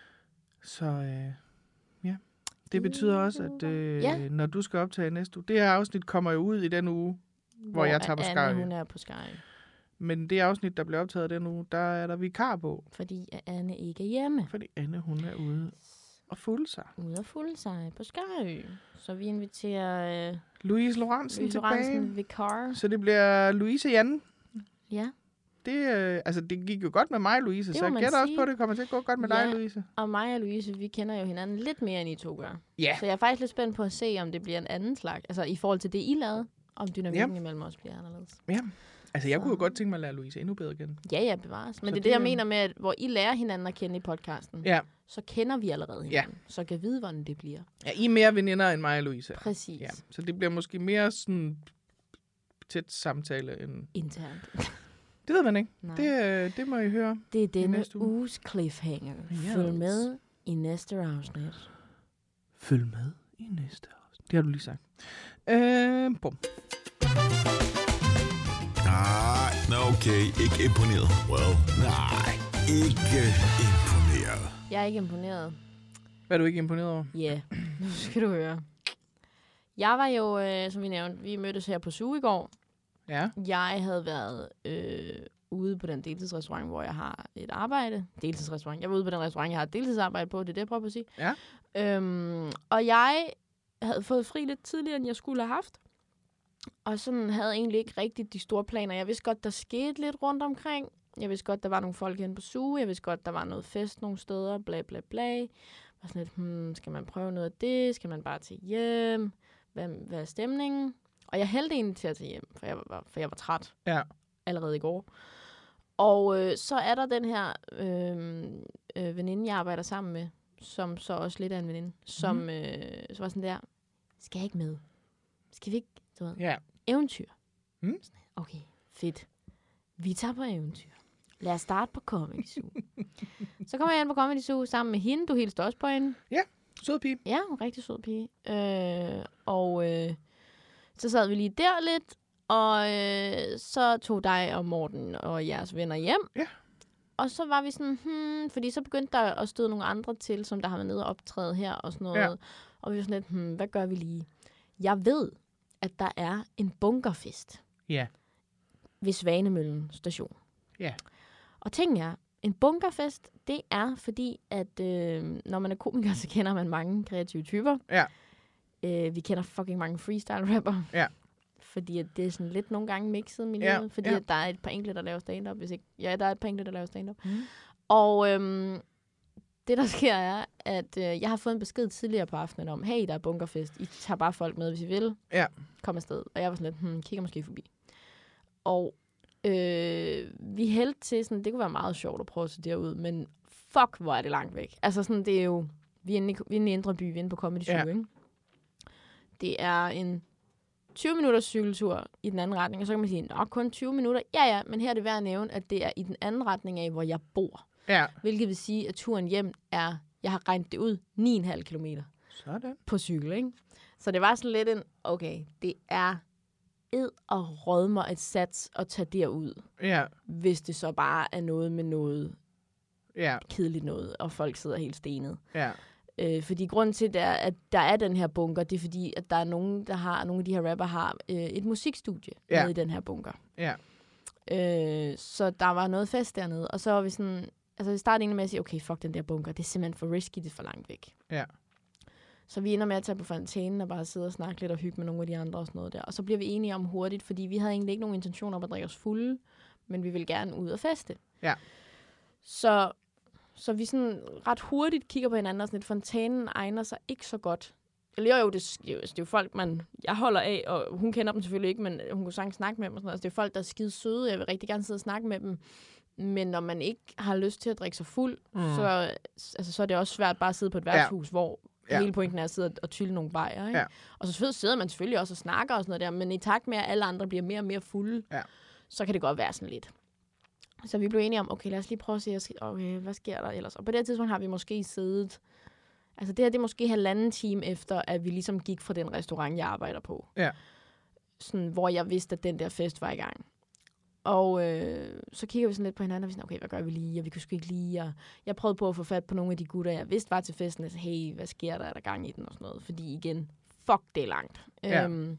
så øh, ja, det betyder også, at øh, ja. når du skal optage næste uge, det her afsnit kommer jo ud i den uge, hvor, hvor jeg tager på Skarø. Anne, hun er på Skarø. Men det afsnit, der bliver optaget den uge, der er der vikar på. Fordi Anne ikke er hjemme. Fordi Anne, hun er ude og fulde sig. Ude og fulde sig på Skarø. Så vi inviterer øh, Louise Lorentzen Louise tilbage. Lorentzen, vikar. Så det bliver Louise Jan. Ja. Det, øh, altså, det gik jo godt med mig, Louise, det så jeg gætter sige. også på, at det kommer til at gå godt med ja, dig, Louise. Og mig og Louise, vi kender jo hinanden lidt mere, end I to gør. Ja. Så jeg er faktisk lidt spændt på at se, om det bliver en anden slags. Altså i forhold til det, I lavede, om dynamikken ja. imellem os bliver anderledes. Ja. Altså, jeg så. kunne jo godt tænke mig at lære Louise endnu bedre at kende. Ja, ja, bevares. Men så det er det, det, jeg mener med, at hvor I lærer hinanden at kende i podcasten, ja. så kender vi allerede hinanden. Ja. Så kan vide, hvordan det bliver. Ja, I er mere veninder end mig og Louise. Præcis. Ja. Så det bliver måske mere sådan tæt samtale end... internt. Det ved man ikke. Det, det må I høre. Det er denne uges cliffhanger. Yes. Følg med i næste afsnit. Følg med i næste afsnit. Det har du lige sagt. Øh, bum. Nej, okay. Ikke imponeret. Well, nej. Ikke imponeret. Jeg er ikke imponeret. Hvad er du ikke imponeret over? Ja, yeah. Nu skal du høre. Jeg var jo, øh, som vi nævnte, vi mødtes her på Zoo i går. Ja. Jeg havde været øh, ude på den deltidsrestaurant, hvor jeg har et arbejde. Deltidsrestaurant. Jeg var ude på den restaurant, jeg har et deltidsarbejde på. Det er det, jeg prøver på at sige. Ja. Øhm, og jeg havde fået fri lidt tidligere, end jeg skulle have haft. Og sådan havde egentlig ikke rigtig de store planer. Jeg vidste godt, der skete lidt rundt omkring. Jeg vidste godt, der var nogle folk hen på Zoo. Jeg vidste godt, der var noget fest nogle steder. Bla, bla, bla. Og sådan lidt, hmm, skal man prøve noget af det? Skal man bare tage hjem? Hvad, hvad er stemningen? Og jeg hældte egentlig til at tage hjem, for jeg var, for jeg var træt. Ja. Allerede i går. Og øh, så er der den her øh, øh, veninde, jeg arbejder sammen med, som så også lidt er en veninde, som mm. øh, så var sådan der, skal jeg ikke med? Skal vi ikke, du ved, ja. eventyr? Mm. Okay, fedt. Vi tager på eventyr. Lad os starte på Comedy Zoo. Så kommer jeg ind på Comedy Zoo sammen med hende. Du hilste også på hende. Ja, sød pige. Ja, en rigtig sød pige. Øh, og øh, så sad vi lige der lidt, og øh, så tog dig og Morten og jeres venner hjem. Ja. Og så var vi sådan, hmm, fordi så begyndte der at støde nogle andre til, som der har været nede og optræde her og sådan noget. Ja. Og vi var sådan lidt, hmm, hvad gør vi lige? Jeg ved, at der er en bunkerfest. Ja. Ved Svanemøllen station. Ja. Og ting er, en bunkerfest, det er fordi, at øh, når man er komiker, så kender man mange kreative typer. Ja. Øh, vi kender fucking mange freestyle-rapper. Ja. Fordi at det er sådan lidt nogle gange mixet miljøet. Ja. Fordi ja. at der er et par enkelte, der laver stand-up. Hvis ikke, ja, der er et par enkelte, der laver stand-up. Mm. Og øhm, det, der sker, er, at øh, jeg har fået en besked tidligere på aftenen om, hey, der er bunkerfest. I tager bare folk med, hvis I vil. Ja. Kom afsted. Og jeg var sådan lidt, hmm, kigger måske forbi. Og øh, vi hældte til sådan, det kunne være meget sjovt at prøve at se derud, men fuck, hvor er det langt væk. Altså sådan, det er jo, vi er inde i, vi er inde i Indre By, vi er inde på Comedy Zoo, ja. Ikke? Det er en tyve minutters cykeltur i den anden retning, og så kan man sige, nok kun tyve minutter. Ja, ja, men her er det værd at nævne, at det er i den anden retning af, hvor jeg bor. Ja. Hvilket vil sige, at turen hjem er, jeg har regnet det ud, ni komma fem kilometer. Sådan. På cykel, ikke? Så det var sådan lidt en, okay, det er ed og rødmer et sats at tage derud. Ja. Hvis det så bare er noget med noget ja. kedeligt noget, og folk sidder helt stenet. Ja. Øh, fordi grunden til, der, at der er den her bunker, det er fordi, at der er nogen, der har, nogle af de her rapper har øh, et musikstudie ja. med i den her bunker. Ja. Øh, så der var noget fest dernede, og så var vi sådan, altså vi startede egentlig med at sige, okay, fuck den der bunker, det er simpelthen for risky, det er for langt væk. Ja. Så vi ender med at tage på fontænen og bare sidde og snakke lidt og hygge med nogle af de andre og sådan noget der. Og så bliver vi enige om hurtigt, fordi vi havde egentlig ikke nogen intention om at drikke os fulde, men vi ville gerne ud og feste. Ja. Så, så vi sådan ret hurtigt kigger på hinanden og sådan lidt, fontænen egner sig ikke så godt. Eller jo, det, det, det er jo folk, man, jeg holder af, og hun kender dem selvfølgelig ikke, men hun kunne sagtens snakke med dem og sådan noget. Altså, det er folk, der er skide søde, jeg vil rigtig gerne sidde og snakke med dem. Men når man ikke har lyst til at drikke sig fuld, mm. så, altså, så er det også svært bare at sidde på et værtshus, ja. hvor ja. hele pointen er at sidde og tylle nogle bajer. Ikke? Ja. Og så sidder man selvfølgelig også og snakker og sådan noget der, men i takt med, at alle andre bliver mere og mere fulde, ja. så kan det godt være sådan lidt. Så vi blev enige om, okay, lad os lige prøve at se, okay, hvad sker der ellers? Og på det her tidspunkt har vi måske siddet, altså det her det er måske halvanden time efter, at vi ligesom gik fra den restaurant, jeg arbejder på. Ja. Sådan, hvor jeg vidste, at den der fest var i gang. Og øh, så kigger vi sådan lidt på hinanden, og vi sådan, okay, hvad gør vi lige? Og vi kunne sgu ikke lige. Og jeg prøvede på at få fat på nogle af de gutter, jeg vidste var til festen. Og så, hey, hvad sker der? Er der gang i den? Og sådan noget. Fordi igen, fuck, det er langt. Ja. Øhm,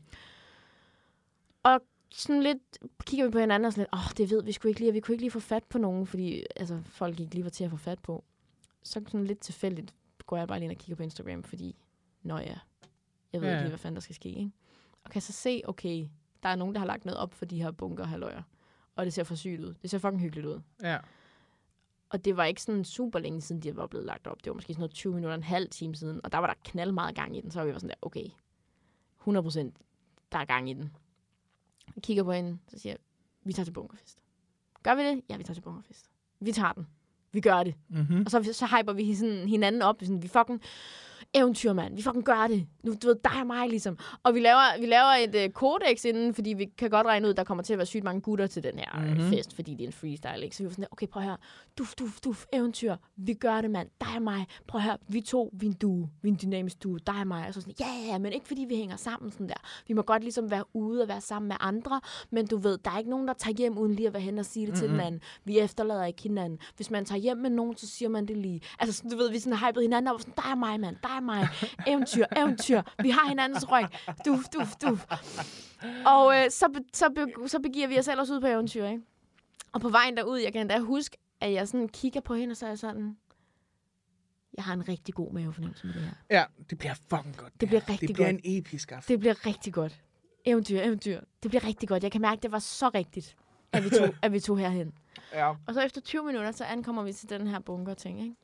og sådan lidt kigger vi på hinanden og sådan lidt, åh, oh, det ved vi sgu ikke lige. Og vi kunne ikke lige få fat på nogen, fordi altså, folk ikke lige var til at få fat på. Så sådan lidt tilfældigt går jeg bare lige ind og kigger på Instagram, fordi, nå ja, jeg ved ja. ikke lige, hvad fanden der skal ske. Ikke? Og kan så se, okay, der er nogen, der har lagt noget op for de her bunker halvøjer. Og det ser for sygt ud. Det ser fucking hyggeligt ud. Ja. Og det var ikke sådan super længe siden, de var blevet lagt op. Det var måske sådan noget tyve minutter, en halv time siden. Og der var der knald meget gang i den. Så var vi sådan der, okay, hundrede procent, der er gang i den. Jeg kigger på hende, så siger jeg, vi tager til bunkerfest. Gør vi det? Ja, vi tager til bunkerfest. Vi tager den. Vi gør det. Mm-hmm. Og så, så hyper vi sådan hinanden op. Sådan, vi fucking eventyr, mand. Vi fucking gør det. Nu, du ved, dig og mig, ligesom. Og vi laver, vi laver et øh, kodex inden, fordi vi kan godt regne ud, der kommer til at være sygt mange gutter til den her mm-hmm. fest, fordi det er en freestyle, ikke? Så vi var sådan der, okay, prøv at høre. Duf, duf, duf, eventyr. Vi gør det, mand. Dig og mig. Prøv at høre. Vi to, vi er en duo. Vi er en dynamisk duo. Dig og mig. Og så sådan, ja, ja, ja, men ikke fordi vi hænger sammen sådan der. Vi må godt ligesom være ude og være sammen med andre, men du ved, der er ikke nogen, der tager hjem uden lige at være hen og sige det mm-hmm. til den anden. Vi efterlader ikke hinanden. Hvis man tager hjem med nogen, så siger man det lige. Altså, du ved, vi sådan hypede hinanden op, sådan, dig og mig, mand. Dig og mig. Eventyr, eventyr. Vi har hinandens ryg. Duf, duf, duf. Og øh, så, be, så, be, så begiver vi os ellers ud på eventyr, ikke? Og på vejen derud, jeg kan endda huske, at jeg sådan kigger på hende, og så er jeg sådan, jeg har en rigtig god mavefornemmelse med det her. Ja, det bliver fucking godt. Det, det bliver rigtig det bliver godt. en episk aften. Det bliver rigtig godt. Eventyr, eventyr. Det bliver rigtig godt. Jeg kan mærke, at det var så rigtigt, at vi tog, at vi tog herhen. Ja. Og så efter tyve minutter, så ankommer vi til den her bunker-ting, ikke?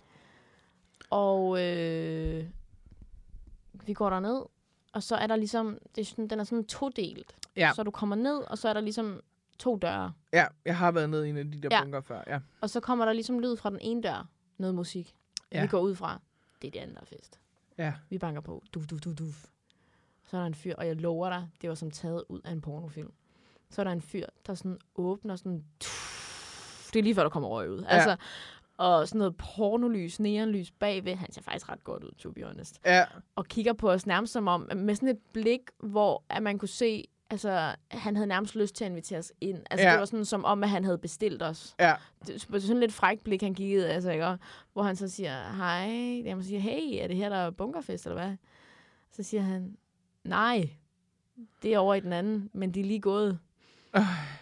Og øh, vi går derned, og så er der ligesom, det er sådan, den er sådan todelt. Ja. Så du kommer ned, og så er der ligesom to døre. Ja, jeg har været nede i en af de der ja. bunker før, ja. Og så kommer der ligesom lyd fra den ene dør, noget musik. Ja. Vi går ud fra, det er det andet, der er fest. Ja. Vi banker på, duf, duf, duf, duf. Så er der en fyr, og jeg lover dig, det var som taget ud af en pornofilm. Så er der en fyr, der sådan åbner sådan, tuff, det er lige før, der kommer røg ud. Ja. Altså, og sådan noget pornolys, neonlys bagved. Han ser faktisk ret godt ud, to be honest. Ja. Og kigger på os nærmest som om, med sådan et blik, hvor at man kunne se, altså, han havde nærmest lyst til at invitere os ind. Altså, ja. det var sådan som om, at han havde bestilt os. Ja. Det var sådan lidt frækt blik, han kiggede, altså, ikke? Hvor han så siger, hej. Jeg må sige, hey, er det her, der er bunkerfest, eller hvad? Så siger han, nej, det er over i den anden, men de er lige gået. Øh.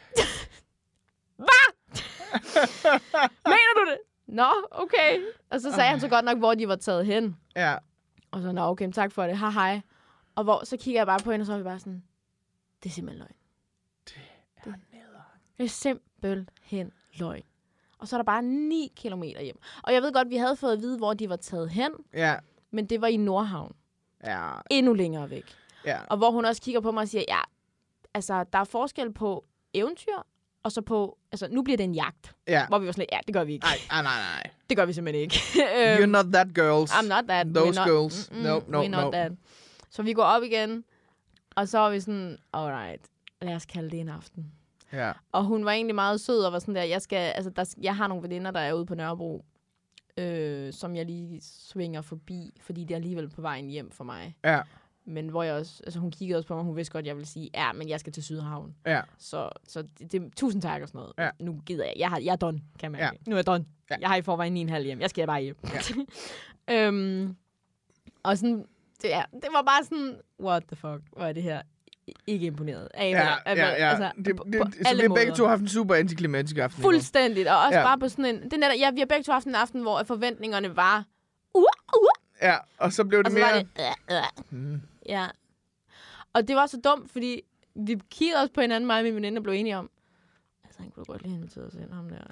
Hvad? Mener du det? Nå, okay. Og så sagde øh. han så godt nok, hvor de var taget hen. Ja. Og så, nå, okay, tak for det. Hej, hej. Og hvor, så kigger jeg bare på hende, og så er vi bare sådan, det er simpelthen løgn. Det er nederen. Det er simpelthen løgn. Og så er der bare ni kilometer hjem. Og jeg ved godt, vi havde fået at vide, hvor de var taget hen. Ja. Men det var i Nordhavn. Ja. Endnu længere væk. Ja. Og hvor hun også kigger på mig og siger, ja, altså, der er forskel på eventyr, og så på, altså, nu bliver det en jagt. Ja. Hvor vi var sådan, ja, det gør vi ikke. Nej, nej, nej. Det gør vi simpelthen ikke. You're not that girls. I'm not that. Those not, girls. Mm-mm, No, no, we're not no. that. Så vi går op igen, og så er vi sådan, alright, lad os kalde det en aften. Ja. Og hun var egentlig meget sød og var sådan der, jeg, skal, altså, der, jeg har nogle veninder, der er ude på Nørrebro, øh, som jeg lige svinger forbi, fordi det er alligevel på vejen hjem for mig. Ja. Men hvor jeg også, altså hun kiggede også på mig, hun vidste godt, jeg ville sige, ja, men jeg skal til Sydhavn. Ja. Så, så det, det, tusind tak og sådan noget. Ja. Nu gider jeg. Jeg, har, jeg er done, kan man Ja. Nu er jeg done. Ja. Jeg har i forvejen ni og en halv hjem. Jeg skal bare hjem. Ja. øhm, og sådan, det, ja, det var bare sådan, what the fuck, hvor er det her ikke imponeret af. Ja, af, ja, ja. Altså, det, på, det, på så vi har begge måder. to haft en super antiklimatisk aften. Fuldstændigt. Og også Ja. bare på sådan en, det er netop, ja, vi har begge to haft en aften, hvor forventningerne var, uh, uh, Ja, og så blev det og så mere... var det, uh, uh. Mm. Ja. Og det var så dumt, fordi vi kiggede også på hinanden, mig og min veninde, og blev enige om, altså han kunne godt lige invitere os ind, ham der.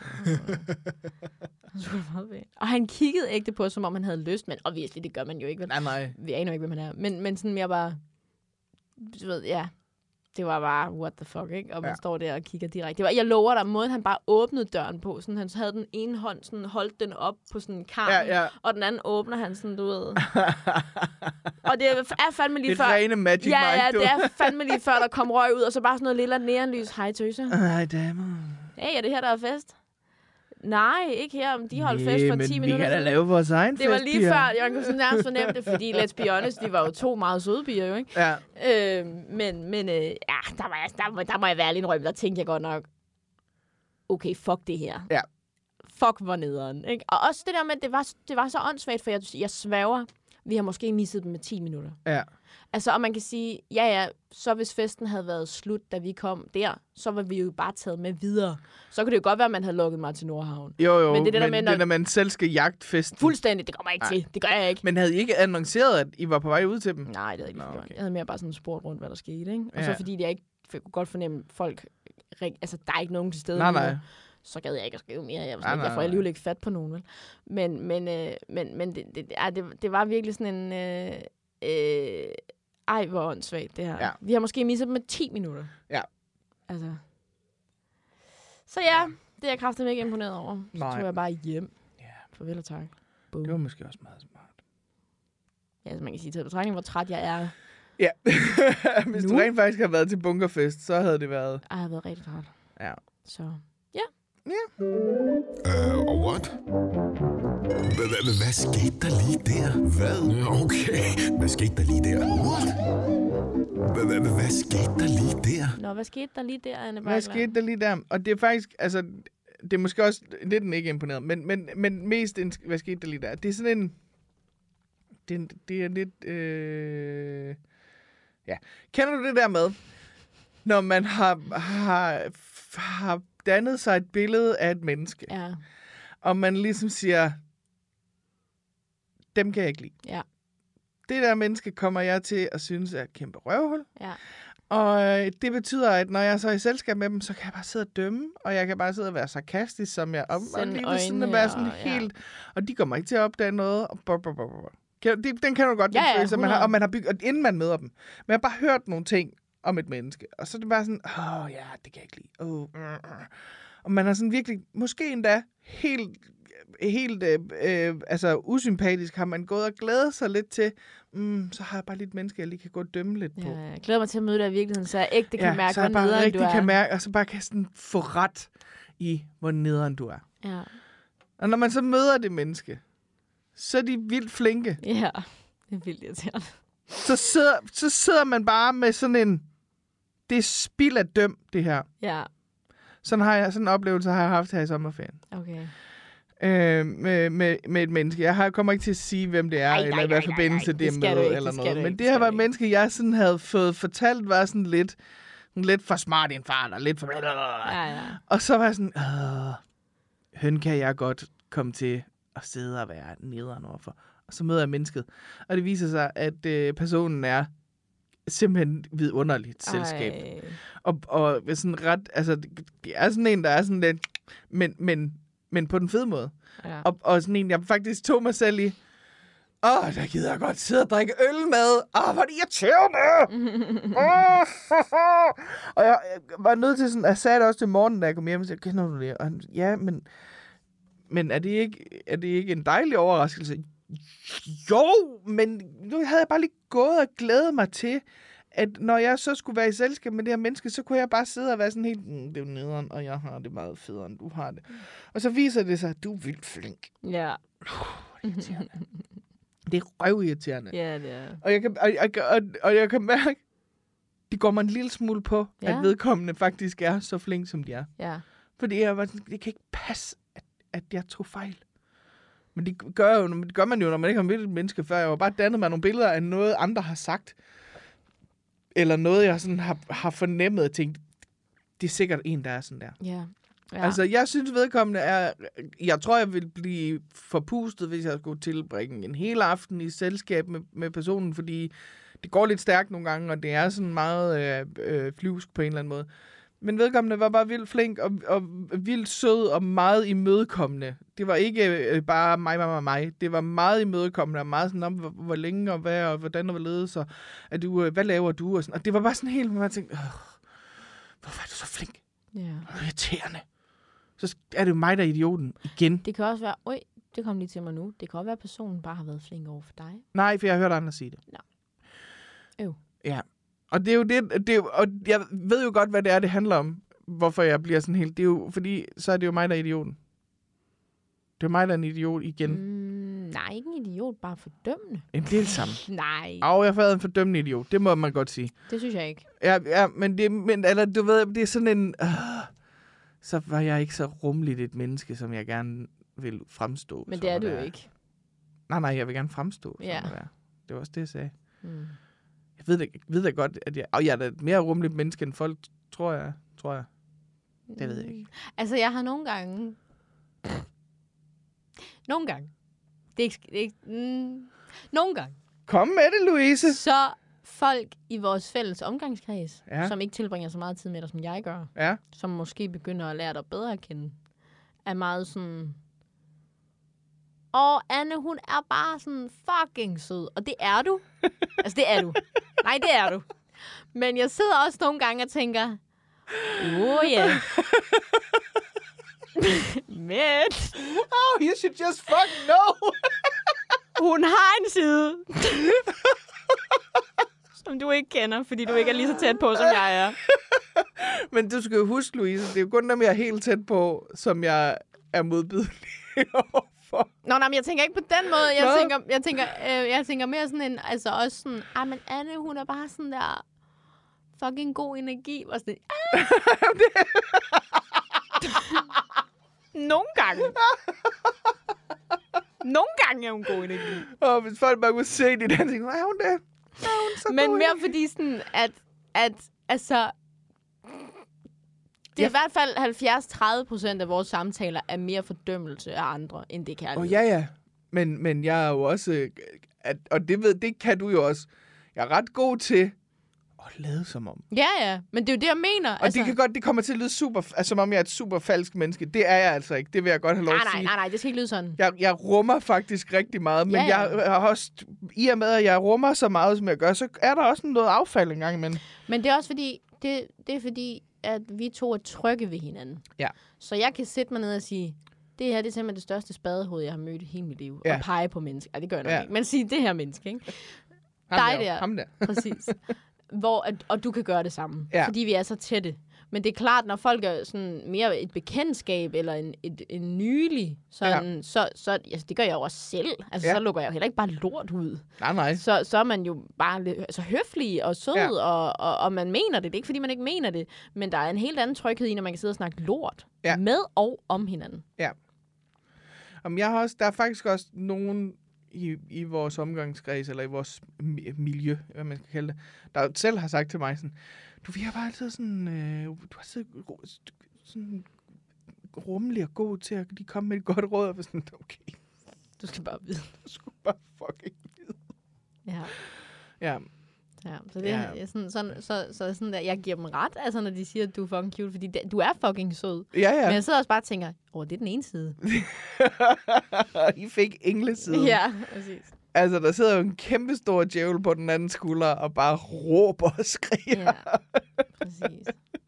Han skulle meget væk. Og han kiggede ægte på os, som om han havde lyst, men obviously, det gør man jo ikke. Vel? Nej, nej. Vi aner ikke, hvem han er. Men, men sådan mere bare, du ved, ja, det var bare, what the fuck, ikke? Og man Ja. står der og kigger direkte. Det var, jeg lover dig, måden han bare åbnede døren på, sådan han havde den ene hånd, sådan holdt den op på sådan en karm, Ja, ja. og den anden åbner han sådan, du ved. Og det er fandme lige Det før... er rene Magic Ja, Mike, ja, du. det er fandme lige før, der kom røg ud, og så bare sådan noget lille neonlys. Hej, tøser. Ej, damer. Hey, er det her, der er fest? Nej, ikke her. De holdt fest for ti men minutter vi kan da siden. lave vores egen Det var fest, lige piger. før, jeg kunne sådan nærmest fornemme det, fordi let's be honest, de var jo to meget søde piger, jo, ikke? Ja. Øh, men, men øh, ja, der, var jeg, der, må- der må jeg være lidt rømme. Der tænkte jeg godt nok, okay, fuck det her. Ja. Fuck, hvor nederen, ikke? Og også det der med, det var, det var så åndssvagt, for jeg, jeg sværger, vi har måske misset dem med ti minutter. Ja. Altså, og man kan sige, ja ja, så hvis festen havde været slut, da vi kom der, så var vi jo bare taget med videre. Så kunne det jo godt være, at man havde lukket mig til Nordhavn. Jo, jo, Men det er det der men med, det når- der, man selv skal jagte festen. Fuldstændig, det kommer jeg ikke Nej. til. Det gør jeg ikke. Men havde I ikke annonceret, at I var på vej ud til dem? Nej, det havde jeg ikke Nå, gjort. okay. Jeg havde mere bare sådan spurgt rundt, hvad der skete, ikke? Og Ja. så fordi jeg ikke for jeg kunne godt fornemme folk, rig- altså der er ikke nogen til stede. Nej, lige nu. nej. Så gad jeg ikke at skrive mere. Jeg, var Nej, sådan, nej, jeg får nej. alligevel ikke fat på nogen, vel? Men, men, øh, men, men det, det, ja, det, det var virkelig sådan en... Øh, øh, ej, hvor åndssvagt det her. Ja. Vi har måske misset dem med ti minutter. Ja. Altså. Så ja, det er jeg kraftigt ikke imponeret over. Så Nej. tog jeg bare hjem. Ja. Farvel og tak. Boom. Det var måske også meget smart. Ja, altså man kan sige til betragtning, hvor træt jeg er. Ja. Hvis du Nu? rent faktisk har været til bunkerfest, så havde det været... Jeg har været rigtig træt. Ja. Så Øh, og what? H- h- h- Hvad skete der lige der? Hvad? Okay. Hvad skete der lige der? What? H- h- h- Hvad skete der lige der? Nå, hvad skete der lige der, Anne Hvad Bakland? skete der lige der? Og det er faktisk, altså, det er måske også lidt den ikke imponeret, men, men, men mest, en, hvad skete der lige der? Det er sådan en, det er, det er lidt, øh, ja. Kender du det der med, når man har, har, har dannet sig et billede af et menneske, Ja, og man ligesom siger, dem kan jeg ikke lide. ja, Det der menneske kommer jeg til at synes er et kæmpe røvhul. ja. Og øh, det betyder, at når jeg så er i selskab med dem, så kan jeg bare sidde og dømme, og jeg kan bare sidde og være sarkastisk, som jeg... Og, og Sende lige ved sådan at øjne være sådan og- ja. helt... Og de kommer ikke til at opdage noget. Og blah, blah, blah, blah. Kan- det- Den kan du godt, Ja, den ja, følelse, man har, hundrede. og man har bygget, og inden man møder dem. Men jeg har bare hørt nogle ting om et menneske, og så er det bare sådan, åh oh, ja, det kan jeg ikke lide. Oh, uh, uh. Og man har sådan virkelig, måske endda helt, helt øh, øh, altså usympatisk, har man gået og glædet sig lidt til, mm, så har jeg bare lige et menneske, jeg lige kan gå og dømme lidt på. Ja, jeg glæder mig til at møde dig i virkeligheden, så jeg ægte kan mærke, så jeg hvor bare nederen du rigtig er. kan mærke, og så bare kan sådan få ret i, hvor nederen du er. Ja. Og når man så møder det menneske, så er de vildt flinke. Ja, det er vildt irriterende. Så sidder, så sidder man bare med sådan en, det er spild af døm, det her. Ja, Sådan, har jeg, sådan en oplevelse har jeg haft her i sommerferien. okay. Øh, med, med, med et menneske. Jeg har, kommer ikke til at sige, hvem det er, Ej, eller nej, hvad nej, nej, forbindelse nej. det er Det skal med, du ikke, eller det skal noget. du Men ikke, det det her skal var du et ikke. menneske, jeg sådan havde fået fortalt, var sådan lidt, lidt for smart i en fart, og lidt for... Ja, ja. Og så var jeg sådan, Åh, høn kan jeg godt komme til at sidde og være nederen overfor. Og så møder jeg mennesket. Og det viser sig, at øh, personen er simpelthen vidunderligt selskab. Ej. Og, og sådan ret, altså, det er sådan en, der er sådan lidt, men, men, men på den fede måde. Ja. Og, og sådan en, jeg faktisk tog mig selv i, åh, oh, der gider jeg godt sidde og drikke øl med. Åh, oh, hvor er det irriterende. oh, og jeg, jeg var nødt til sådan, jeg sagde det også til morgen, da jeg kom hjem, og sagde, kender du det? Og han, ja, men, men er, det ikke, er det ikke en dejlig overraskelse? Jo, men nu havde jeg bare lige gået og glædet mig til, at når jeg så skulle være i selskab med det her menneske, så kunne jeg bare sidde og være sådan helt, mm, det er jo nederen, og jeg har det meget federe, end du har det. Mm. Og så viser det sig, at du er vildt flink. Ja. Uh, det er det er røvirriterende. Ja, det er. Og jeg kan, og, og, og, og jeg kan mærke, det går mig en lille smule på, ja. At vedkommende faktisk er så flink, som de er. Ja. Fordi jeg var sådan, det kan ikke passe, at, at jeg tog fejl. Men det gør, jo, det gør man jo, når man ikke har mødt et menneske før. Jeg har bare dannet mig nogle billeder af noget, andre har sagt. Eller noget, jeg sådan har, har fornemmet og tænkt, det er sikkert en, der er sådan der. Ja. Ja. Altså, jeg synes vedkommende er... Jeg tror, jeg vil blive forpustet, hvis jeg skulle tilbringe en hel aften i selskab med, med personen, fordi det går lidt stærkt nogle gange, og det er sådan meget øh, øh, flyvsk på en eller anden måde. Men vedkommende var bare vildt flink og, og vildt sød og meget imødekommende. Det var ikke øh, bare mig, mig, mig, mig. Det var meget imødekommende og meget sådan om, hvor, hvor længe og hvad og hvordan og hvorledes, og at du, øh, hvad laver du? Og, sådan. Og det var bare sådan helt, hvor man tænkte, hvorfor er du så flink? Ja. Det er irriterende. Så er det jo mig, der er idioten igen. Det kan også være, øj, det kom lige til mig nu. Det kan også være, at personen bare har været flink over for dig. Nej, for jeg har hørt andre sige det. Nå. Øv. Ja. Og det er jo det, det er jo, og jeg ved jo godt, hvad det er, det handler om. Hvorfor jeg bliver sådan helt. Det er jo, fordi så er det jo mig, der er idioten. Det er mig, der er en idiot igen. Mm, nej, ikke en idiot, bare fordømmende. En del sammen. Nej. Og jeg har været en fordømmende idiot. Det må man godt sige. Det synes jeg ikke. Ja, ja men, det, men eller, du ved, det er sådan en... Øh, så var jeg ikke så rummeligt et menneske, som jeg gerne vil fremstå. Men det er du jo ikke. Nej, nej, jeg vil gerne fremstå. Ja. Som det, det var også det, jeg sagde. Mm. Jeg ved da, ved da godt, at jeg... Og jeg er da et mere rummeligt menneske, end folk, tror jeg. Tror jeg. Det ved jeg ikke. Altså, jeg har nogle gange... nogle gange. Det er ikke... Det er ikke mm, nogle gange. Kom med det, Louise. Så folk i vores fælles omgangskreds, Ja. som ikke tilbringer så meget tid med dig, som jeg gør, Ja. som måske begynder at lære dig bedre at kende, er meget sådan... Og Anne, hun er bare sådan fucking sød. Og det er du. Altså, det er du. Nej, det er du. Men jeg sidder også nogle gange og tænker... Oh, ja. Yeah. Men... Oh, you should just fucking know. Hun har en side. Som du ikke kender, fordi du ikke er lige så tæt på, som jeg er. Men du skal jo huske, Louise, det er jo kun dem, jeg er helt tæt på, som jeg er modbydelig overfor. Nå, nej, men jeg tænker ikke på den måde. Jeg Nå. tænker, jeg tænker, øh, jeg tænker mere sådan en, altså også sådan, ah, men Anne, hun er bare sådan der fucking god energi. Og sådan, ah. Nogle gange. Nogle gange er hun god energi. Og hvis folk bare kunne se det, så tænker jeg, er hun det? Er hun så Men god mere energi? fordi sådan, at, at altså... Det er Ja. i hvert fald halvfjerds til tredive procent af vores samtaler er mere fordømmelse af andre, end det kærlighed. Åh, oh, ja, ja. Men, men jeg er jo også... øh, At, og det, ved, det kan du jo også. Jeg er ret god til at lade som om. Ja, ja. Men det er jo det, jeg mener. Og altså, det kan godt, det kommer til at lyde super, altså, som om jeg er et super falsk menneske. Det er jeg altså ikke. Det vil jeg godt have lov Nej, at nej, sige. nej, nej, det skal ikke lyde sådan. Jeg, jeg rummer faktisk rigtig meget, men Ja, ja. jeg har også, i og med, at jeg rummer så meget, som jeg gør, så er der også noget affald engang imellem. Men det er også fordi, det, det er fordi, at vi to er trygge ved hinanden. Ja. Så jeg kan sætte mig ned og sige, det her det er simpelthen det største spadehoved, jeg har mødt i hele mit liv. Ja. Og pege på mennesker. Ej, det gør jeg nok Ja. ikke. Men sige, det her menneske, ikke? Ham Dig der. der. Ham der. Præcis. Hvor, at, og du kan gøre det samme. Ja. Fordi vi er så tætte. Men det er klart, når folk er sådan mere et bekendtskab, eller en, et, en nylig, sådan, ja. så, så altså, det gør jeg jo også selv. Altså, Ja. så lukker jeg jo heller ikke bare lort ud. Nej, nej. Så, så er man jo bare lidt, altså, høflig og sød, Ja. og, og, og man mener det. Det er ikke, fordi man ikke mener det. Men der er en helt anden tryghed i, når man kan sidde og snakke lort. Ja. Med og om hinanden. Ja. Om jeg har også, der er faktisk også nogen i, i vores omgangskreds, eller i vores mi- miljø, hvad man skal kalde det, der selv har sagt til mig sådan, du vi har bare altid sådan, øh, du har altid ro- sådan rummelig og god til at lige komme med et godt råd, og sådan, okay, Du skal bare vide. du skulle bare fucking vide. Ja. Ja, Ja, så det Ja. er sådan, sådan, så, så sådan der, jeg giver dem ret, altså når de siger, at du er fucking cute, fordi det, du er fucking sød. Ja, ja. Men jeg sidder også bare og tænker, åh, oh, det er den ene side. I fik englesiden. Ja, præcis. Altså, der sidder jo en kæmpe stor djævel på den anden skulder og bare råber og skriger. Ja, præcis.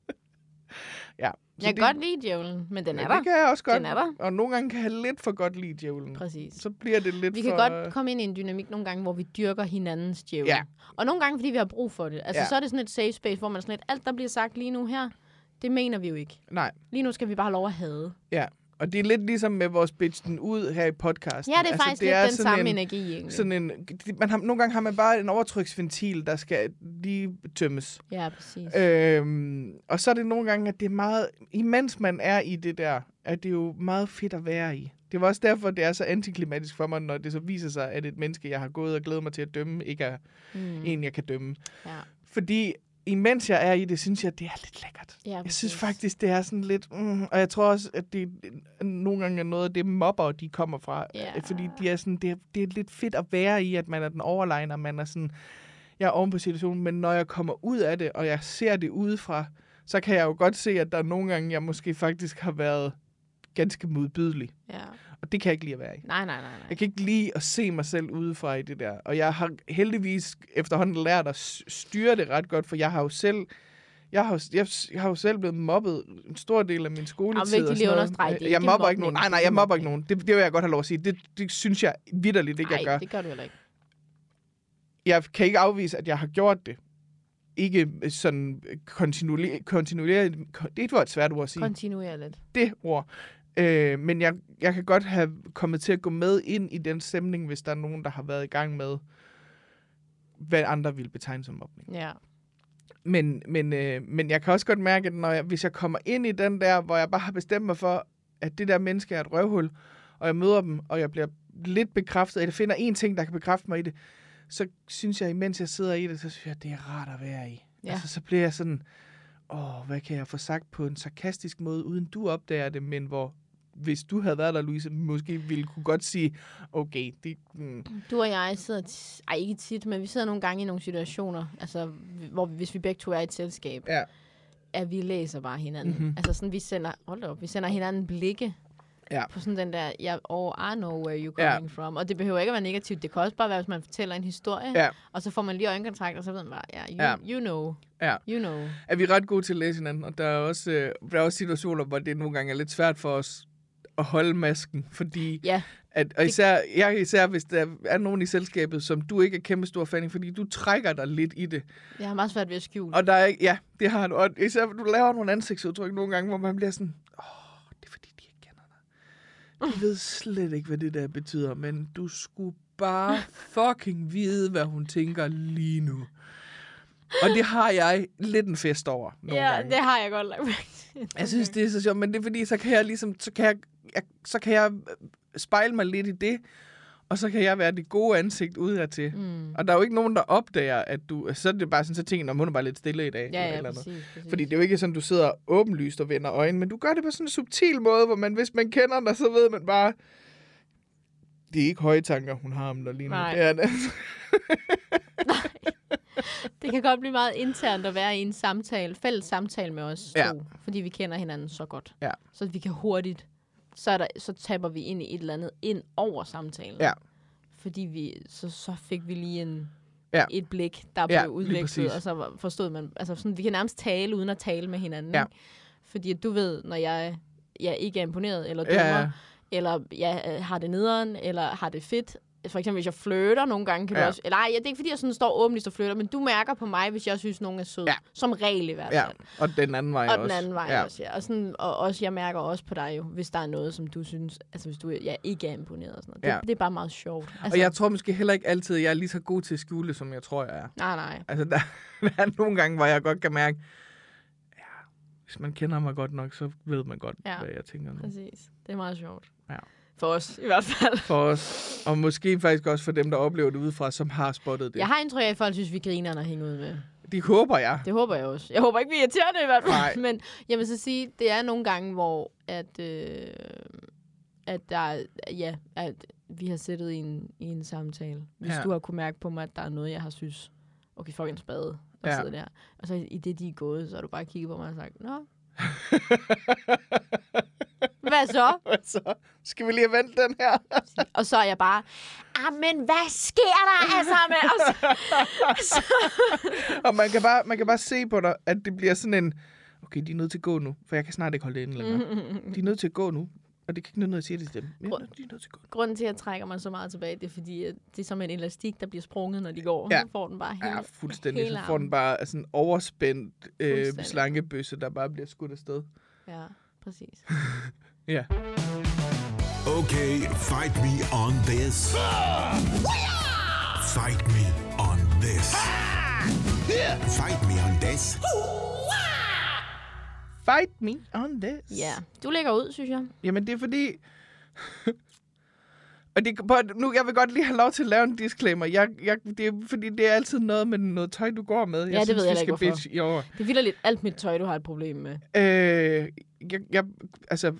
Ja. Jeg kan det, godt lide djævlen, men den er ja, der. det kan jeg også godt. Den er der. Og nogle gange kan jeg lidt for godt lide djævlen. Præcis. Så bliver det lidt vi for... kan godt komme ind i en dynamik nogle gange, hvor vi dyrker hinandens djævel. Ja. Og nogle gange, fordi vi har brug for det. Altså, Ja. så er det sådan et safe space, hvor man sådan lidt, alt der bliver sagt lige nu her, det mener vi jo ikke. Nej. Lige nu skal vi bare have lov at hade. Ja. Og det er lidt ligesom med vores bitch den ud her i podcasten. Ja, det er altså, faktisk det lidt er den samme en, energi, egentlig. sådan en, man har, nogle gange har man bare en overtryksventil, der skal lige tømmes. Ja, præcis. Øhm, og så er det nogle gange, at det er meget... Imens man er i det der, at det er jo meget fedt at være i. Det var også derfor, det er så antiklimatisk for mig, når det så viser sig, at et menneske, jeg har gået og glædet mig til at dømme, ikke er Mm. en, jeg kan dømme. Ja. Fordi imens jeg er i det, synes jeg, det er lidt lækkert. Ja, jeg præcis. synes faktisk, det er sådan lidt... Mm, og jeg tror også, at det nogle gange er noget af det mobber, de kommer fra. Ja. Fordi de er sådan, det, er, det er lidt fedt at være i, at man er den overlegner, man er sådan... Jeg er oven på situationen, men når jeg kommer ud af det, og jeg ser det udefra, så kan jeg jo godt se, at der er nogle gange, jeg måske faktisk har været ganske modbydelig. Ja. Og det kan jeg ikke lide at være i. Nej, nej, nej, nej. Jeg kan ikke lide at se mig selv udefra i det der. Og jeg har heldigvis efterhånden lært at s- styre det ret godt, for jeg har jo selv... Jeg har, jo- jeg, jeg har jo selv blevet mobbet en stor del af min skoletid. vigtigt og lige sådan at understrege, noget. det er Jeg ikke mobber ikke mobning, nogen. Nej, det nej, er jeg ikke mobber ikke mobning. nogen. Det, det vil jeg godt have lov at sige. Det, det synes jeg vitterligt ikke, jeg gør. Nej, det gør du heller ikke. Jeg kan ikke afvise, at jeg har gjort det. Ikke sådan kontinuerligt. Kontinuerligt. Det var et svært ord at sige. Kontinuerligt. Det ord. Øh, men jeg, jeg kan godt have kommet til at gå med ind i den stemning, hvis der er nogen, der har været i gang med, hvad andre vil betegne som mobning. Ja. Men, men, øh, men jeg kan også godt mærke, at når jeg, hvis jeg kommer ind i den der, hvor jeg bare har bestemt mig for, at det der menneske er et røvhul, og jeg møder dem, og jeg bliver lidt bekræftet, eller finder en ting, der kan bekræfte mig i det, så synes jeg, imens jeg sidder i det, så synes jeg, at det er rart at være i. Ja. Altså, så bliver jeg sådan, åh, hvad kan jeg få sagt på en sarkastisk måde, uden du opdager det, men hvor, hvis du havde været der, Louise, måske ville kunne godt sige, okay, det... Mm. Du og jeg sidder, t- ej ikke tit, men vi sidder nogle gange i nogle situationer, altså, hvor hvis vi begge to er i et selskab, Ja. at vi læser bare hinanden. Mhm. Altså sådan, vi sender, hold op, vi sender hinanden blikke Ja. på sådan den der, ja, oh, I know where you're Ja. coming from. Og det behøver ikke at være negativt, det kan også bare være, hvis man fortæller en historie, Ja. og så får man lige øjenkontakt, og så ved man bare, ja, you, Ja. you know, Ja. you know. Er vi ret gode til at læse hinanden, og der er også, øh, der er også situationer, hvor det nogle gange er lidt svært for os at holde masken, fordi Ja, at, og især, jeg især hvis der er nogen i selskabet, som du ikke er kæmpe stor fan af, fordi du trækker dig lidt i det. jeg har meget svært ved at skjule. Og der er ikke, ja, det har du. Og især du laver nogle ansigtsudtryk nogle gange, hvor man bliver sådan, åh, det er fordi, de ikke kender dig. De ved slet ikke, hvad det der betyder, men du skulle bare fucking vide, hvad hun tænker lige nu. Og det har jeg lidt en fest over nogle Ja, gange. det har jeg godt lagt mærke til. Jeg synes, det er så sjovt, men det er fordi, så kan jeg ligesom, så kan jeg, jeg, så kan jeg spejle mig lidt i det, og så kan jeg være det gode ansigt udadtil. Mm. Og der er jo ikke nogen, der opdager, at du, så er det bare sådan, så tænker jeg, hun er bare lidt stille i dag. eller Ja, et ja, eller andet. præcis, præcis. Fordi det er jo ikke sådan, du sidder åbenlyst og vender øjnene, men du gør det på sådan en subtil måde, hvor man, hvis man kender dig, så ved man bare, det er ikke høje tanker, hun har om dig lige nu. Nej. Det er det. Det kan godt blive meget internt at være i en samtale, fælles samtale med os to, Ja. fordi vi kender hinanden så godt. Ja. Så vi kan hurtigt, så, er der, så taber vi ind i et eller andet ind over samtalen. Ja. Fordi vi, så, så fik vi lige en, Ja. et blik, der Ja, blev lige udvekslet, præcis. og så var- forstod man, altså sådan, vi kan nærmest tale uden at tale med hinanden. Ja. Ikke? Fordi at du ved, når jeg, jeg ikke er imponeret, eller Ja, dummer, ja. eller jeg øh, har det nederen, eller har det fedt. For eksempel, hvis jeg flirter nogle gange, kan ja. Ja. du også... Eller ej, det er ikke, fordi jeg sådan står åbenlyst og flirter, men du mærker på mig, hvis jeg synes, nogen er sød. Ja. Som regel i hvert Ja, fald. og den anden vej Og også. den anden vej ja. også, ja. Og, sådan, og også, jeg mærker også på dig jo, hvis der er noget, som du synes... Altså, hvis du jeg ikke er imponeret og sådan noget. Ja. Det, det er bare meget sjovt. Altså, Og jeg tror måske heller ikke altid, at jeg er lige så god til at skjule, som jeg tror, jeg er. Nej, nej. Altså, der, der er nogle gange, hvor jeg godt kan mærke, ja, hvis man kender mig godt nok, så ved man godt, Ja. hvad jeg tænker nu. Præcis. Det er meget sjovt. Ja. For os, i hvert fald. For os, og måske faktisk også for dem, der oplever det udefra, som har spottet det. Jeg har indtryk af, at folk synes, vi griner at hænge ud med. Det håber jeg. Det håber jeg også. Jeg håber ikke, vi er irriterende i hvert fald. Nej. Men jeg vil så sige, det er nogle gange, hvor at, øh, at der er, ja, at vi har siddet i en, i en samtale. Hvis Ja. du har kunne mærke på mig, at der er noget, jeg har synes okay, fuck en spade, og Ja. sidde der. Og så i det, de er gået, så har du bare kigget på mig og sagt, nå. Hvad så? Hvad så? Skal vi lige have vendt den her? Og så er jeg bare, ah, men hvad sker der altså med os? så... Og man kan, bare, man kan bare se på dig, at det bliver sådan en, okay, de er nødt til at gå nu, for jeg kan snart ikke holde det inde længere. De er nødt til at gå nu, og det kan ikke nytte noget at sige det til dem. Ja, de er nødt til at gå nu. Grunden til, at jeg trækker mig så meget tilbage, det er fordi, at det er som en elastik, der bliver sprunget, når de går. Ja. Så får den bare hele, Ja, fuldstændig. hele Så får den bare sådan en overspændt øh, Fuldstændig. slangebøsse, der bare bliver skudt afsted. Ja, præcis. Ja. Okay, fight me on this. Fight me on this. Fight me on this. Fight me on this. Ja, du lægger ud, synes jeg. Jamen, det er fordi... Og det, nu, jeg vil godt lige have lov til at lave en disclaimer. Jeg, jeg, det er, fordi det er altid noget med noget tøj, du går med. Jeg Ja, det synes, ved jeg vi ikke, skal hvorfor. bitch i år. Det vilder lidt alt mit tøj, du har et problem med. Øh, jeg, jeg, altså...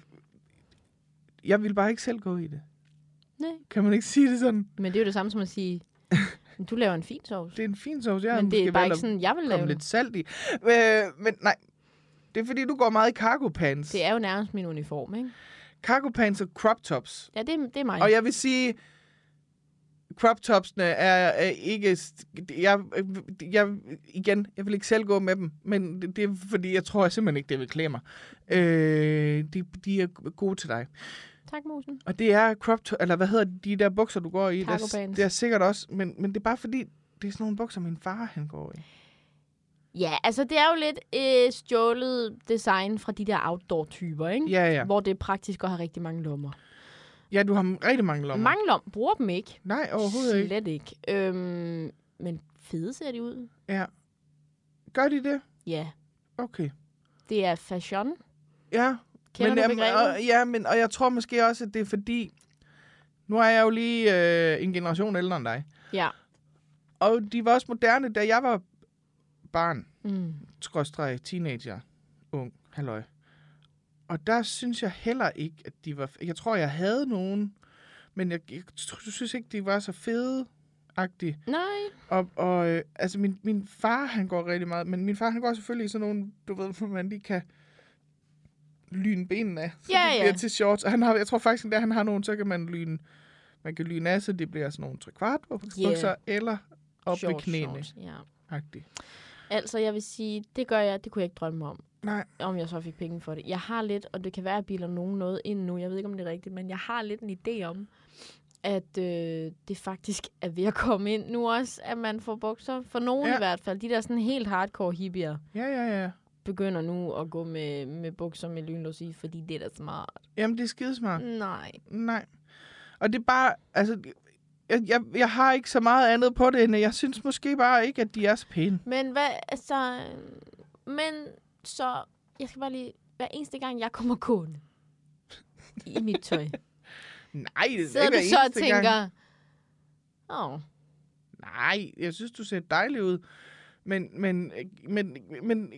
Jeg vil bare ikke selv gå i det. Nej. Kan man ikke sige det sådan? Men det er jo det samme som at sige, du laver en fin sovs. Det er en fin sovs. Jeg Men det er måske bare valgt ikke at sådan, jeg vil lave komme den. lidt salt i. Øh, men nej, det er fordi, du går meget i cargo pants. Det er jo nærmest min uniform, ikke? Cargo pants og crop tops. Ja, det, det er mig. Og jeg vil sige, crop topsene er, er ikke... Jeg, jeg, igen, jeg vil ikke selv gå med dem, men det, det er fordi, jeg tror simpelthen ikke, det vil klæde mig. Øh, de, de er gode til dig. Tak, Musen. Og det er crop to- eller hvad hedder de der bukser, du går i? Cargo Det er, pants. det er sikkert også, men, men det er bare fordi, det er sådan nogle bukser, min far han går i. Ja, altså det er jo lidt øh, stjålet design fra de der outdoor-typer, ikke? Ja, ja. Hvor det er praktisk at have rigtig mange lommer. Ja, du har rigtig mange lommer. Mange lommer. Bruger dem ikke. Nej, overhovedet ikke. Slet ikke. Øhm, men fede ser de ud. Ja. Gør de det? Ja. Okay. Det er fashion. Ja. Kender men, du jamen, begrebet? og, ja, men, og jeg tror måske også, at det er fordi, nu er jeg jo lige øh, en generation ældre end dig. Ja. Og de var også moderne, da jeg var barn, Mm. skråstreg, teenager, ung, halløj. Og der synes jeg heller ikke, at de var... Jeg tror, jeg havde nogen, men jeg, jeg synes ikke, de var så fede-agtige. Nej. Og, og øh, altså, min, min far, han går rigtig meget, men min far, han går selvfølgelig i sådan nogle, du ved, hvor man lige kan lyne benene af, så Ja, det ja. bliver til shorts. Og han har, jeg tror faktisk, at han har nogle, så kan man lyne, man kan lyne af, så det bliver sådan nogle trekvart bukser, Yeah. eller op Short ved knæene. shorts, ja. Agtigt. Altså, jeg vil sige, det gør jeg, det kunne jeg ikke drømme om, Nej. om jeg så fik penge for det. Jeg har lidt, og det kan være, at jeg bilder nogen noget ind nu, jeg ved ikke, om det er rigtigt, men jeg har lidt en idé om, at øh, det faktisk er ved at komme ind nu også, at man får bukser. For nogen Ja. i hvert fald. De der sådan helt hardcore hippier Ja, ja, ja. begynder nu at gå med, med bukser med lynlås i, fordi det er da smart. Jamen, det er skidesmart. Nej. Nej. Og det er bare, altså, jeg, jeg, jeg har ikke så meget andet på det, end jeg synes måske bare ikke, at de er så pæne. Men hvad, altså... Men så... Jeg skal bare lige... Hver eneste gang, jeg kommer gående i mit tøj, Nej, det er sidder ikke du hver så og eneste gang. tænker... Åh, oh, Nej, jeg synes, du ser dejlig ud. Men, men, men, men...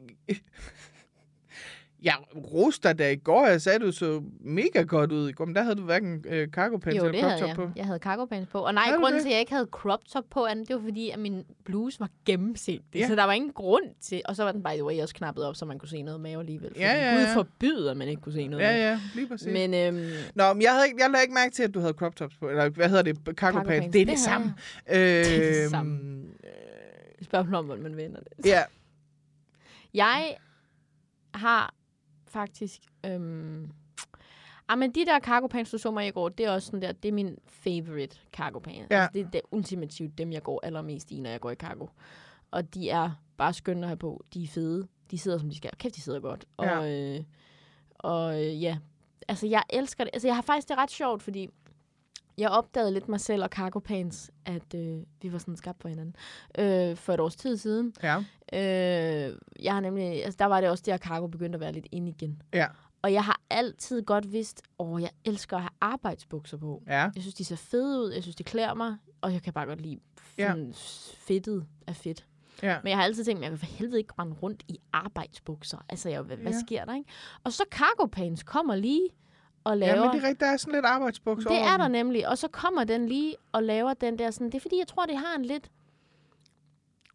Jeg roste dig da i går, jeg sagde, du så mega godt ud i går, men der havde du hverken øh, cargo pants jo, eller det crop havde top jeg. på. Jeg havde cargo pants på. Og nej, Havde du grunden det? til, at jeg ikke havde crop top på, Anne, det var fordi, at min bluse var gennemsigtig. Ja. Så der var ingen grund til... Og så var den, by the way, også knappet op, så man kunne se noget mave alligevel. Fordi Ja, ja, Gud ja. forbyder, at man ikke kunne se noget Ja, mave. ja, lige præcis. Men, Men øhm, Nå, men jeg, havde ikke, jeg lagde ikke mærke til, at du havde crop tops på. Eller hvad hedder det? Cargo, Cargo pants. pants. Det er Det det, havde samme. det er det Øhm, samme. det spørger man om, hvordan man vender det. Ja. Jeg har faktisk... Øhm, ah, men de der cargo pants, du så mig i går, det er også sådan der, det er min favorite cargo pants. Ja. Altså, det er det ultimativt dem, jeg går allermest i, når jeg går i cargo. Og de er bare skønne at have på. De er fede. De sidder, som de skal. Kæft, de sidder godt. Ja. Og, øh, og øh, ja, altså jeg elsker det. Altså jeg har faktisk det ret sjovt, fordi jeg opdagede lidt mig selv og cargo pants, at øh, vi var sådan skabt for hinanden, øh, for et års tid siden. Ja. Øh, jeg har nemlig, altså der var det også der, cargo begyndte at være lidt inde igen. Ja. Og jeg har altid godt vidst, åh, jeg elsker at have arbejdsbukser på. Ja. Jeg synes, de ser fede ud, jeg synes, de klæder mig, og jeg kan bare godt lide sådan fedtet af fedt. Ja. Men jeg har altid tænkt, at jeg kan for helvede ikke rende rundt i arbejdsbukser. Altså, jeg, hvad, hvad Ja. sker der, ikke? Og så cargo pants kommer lige og laver... Ja, men det er rigtigt, der er sådan lidt arbejdsbuks Det over er der dem. nemlig, og så kommer den lige og laver den der sådan... Det er fordi, jeg tror, det har en lidt...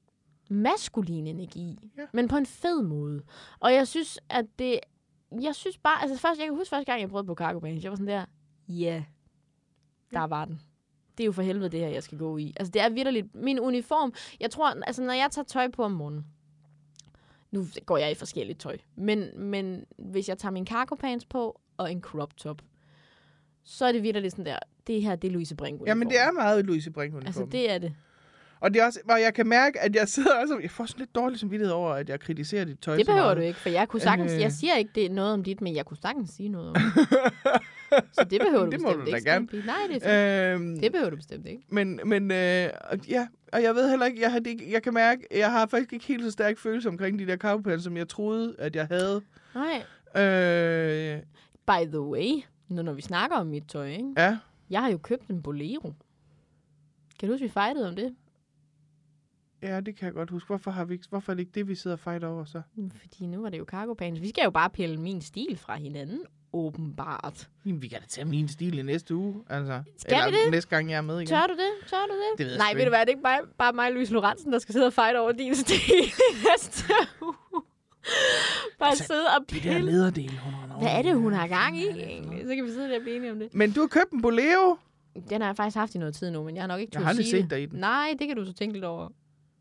maskulin energi, Ja. men på en fed måde. Og jeg synes, at det... Jeg synes bare... Altså, først, jeg kan huske første gang, jeg prøvede på cargo pants. Jeg var sådan der, ja, yeah, der var den. Det er jo for helvede det her, jeg skal gå i. Altså, det er vitterligt. Min uniform... Jeg tror, altså, når jeg tager tøj på om morgenen... Nu går jeg i forskelligt tøj. Men, men hvis jeg tager min cargo pants på og en crop top, så er det vitterligt sådan der, det her, det er Louise Brink-uniform. Ja, men det er meget Louise Brink-uniform. Altså, det er det. Og det er også, hvor jeg kan mærke, at jeg sidder også... Jeg får sådan lidt dårlig samvittighed over, at jeg kritiserer dit tøj. Det så behøver meget. du ikke, for jeg kunne sagtens... Øh. Jeg siger ikke det er noget om dit, men jeg kunne sagtens sige noget om det. Så det behøver du Det må bestemt du da ikke. gerne. Stempel. Nej, det er fint. Øhm, Det behøver du bestemt ikke. Men, men øh, og- ja, og jeg ved heller ikke, jeg, har, det, jeg kan mærke, jeg har faktisk ikke helt så stærk følelse omkring de der cargopants, som jeg troede, at jeg havde. Nej. Øh, By the way, nu når vi snakker om mit tøj, ikke? ja, Jeg har jo købt en Bolero. Kan du huske, vi fejtede om det? ja, det kan jeg godt huske. Hvorfor, har vi, ikke- hvorfor er det ikke det, vi sidder og fighter over så? Fordi nu var det jo cargo pants. Vi skal jo bare pille min stil fra hinanden, åbenbart. Jamen, vi kan da tage min stil i næste uge. Altså. Skal vi Eller det? næste gang, jeg er med igen. Tør du det? Tør du det? Det ved jeg Nej, sgu ved du ikke. hvad, det er ikke bare, bare mig, Louise Lorentzen, der skal sidde og fight over din stil i næste uge. Bare Altså, sidde og De der pille. lederdele, hun har Hvad er det, hun har gang i egentlig? Så kan vi sidde der og blive enige om det. Men du har købt en Bolero. Den har jeg faktisk haft i noget tid nu, men jeg har nok ikke Jeg turde har aldrig sige set det. dig i den. Nej, det kan du så tænke lidt over.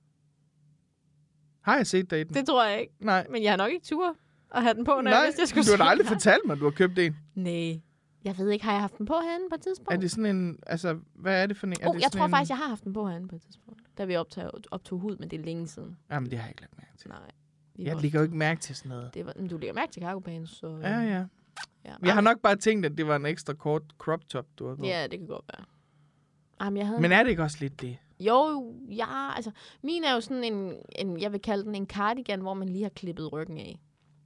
Har jeg set dig i den? Det tror jeg ikke. Nej. Men jeg har nok ikke tur at have den på, når Nej, jeg vidste, jeg skulle du har da sige aldrig nej. fortalt mig, at du har købt en. Nej. Jeg ved ikke, har jeg haft den på herinde på et tidspunkt? Er det sådan en... Altså, hvad er det for en... Er Oh, det jeg sådan tror en... faktisk, jeg har haft den på herinde på et tidspunkt. Da vi optog, optog hud, men det er længe siden. Jamen, det har jeg ikke lagt mærke til. Nej. Vi Jeg var- lægger jo ikke mærke til sådan noget. Det var, men du lægger mærke til cargo pants, så... Ja, ja. ja. Jeg har nok bare tænkt, at det var en ekstra kort crop top, du har på. Ja, det kan godt være. Jamen, jeg havde... Men er det ikke også lidt det? Jo, ja, altså... Min er jo sådan en, en... Jeg vil kalde den en cardigan, hvor man lige har klippet ryggen af.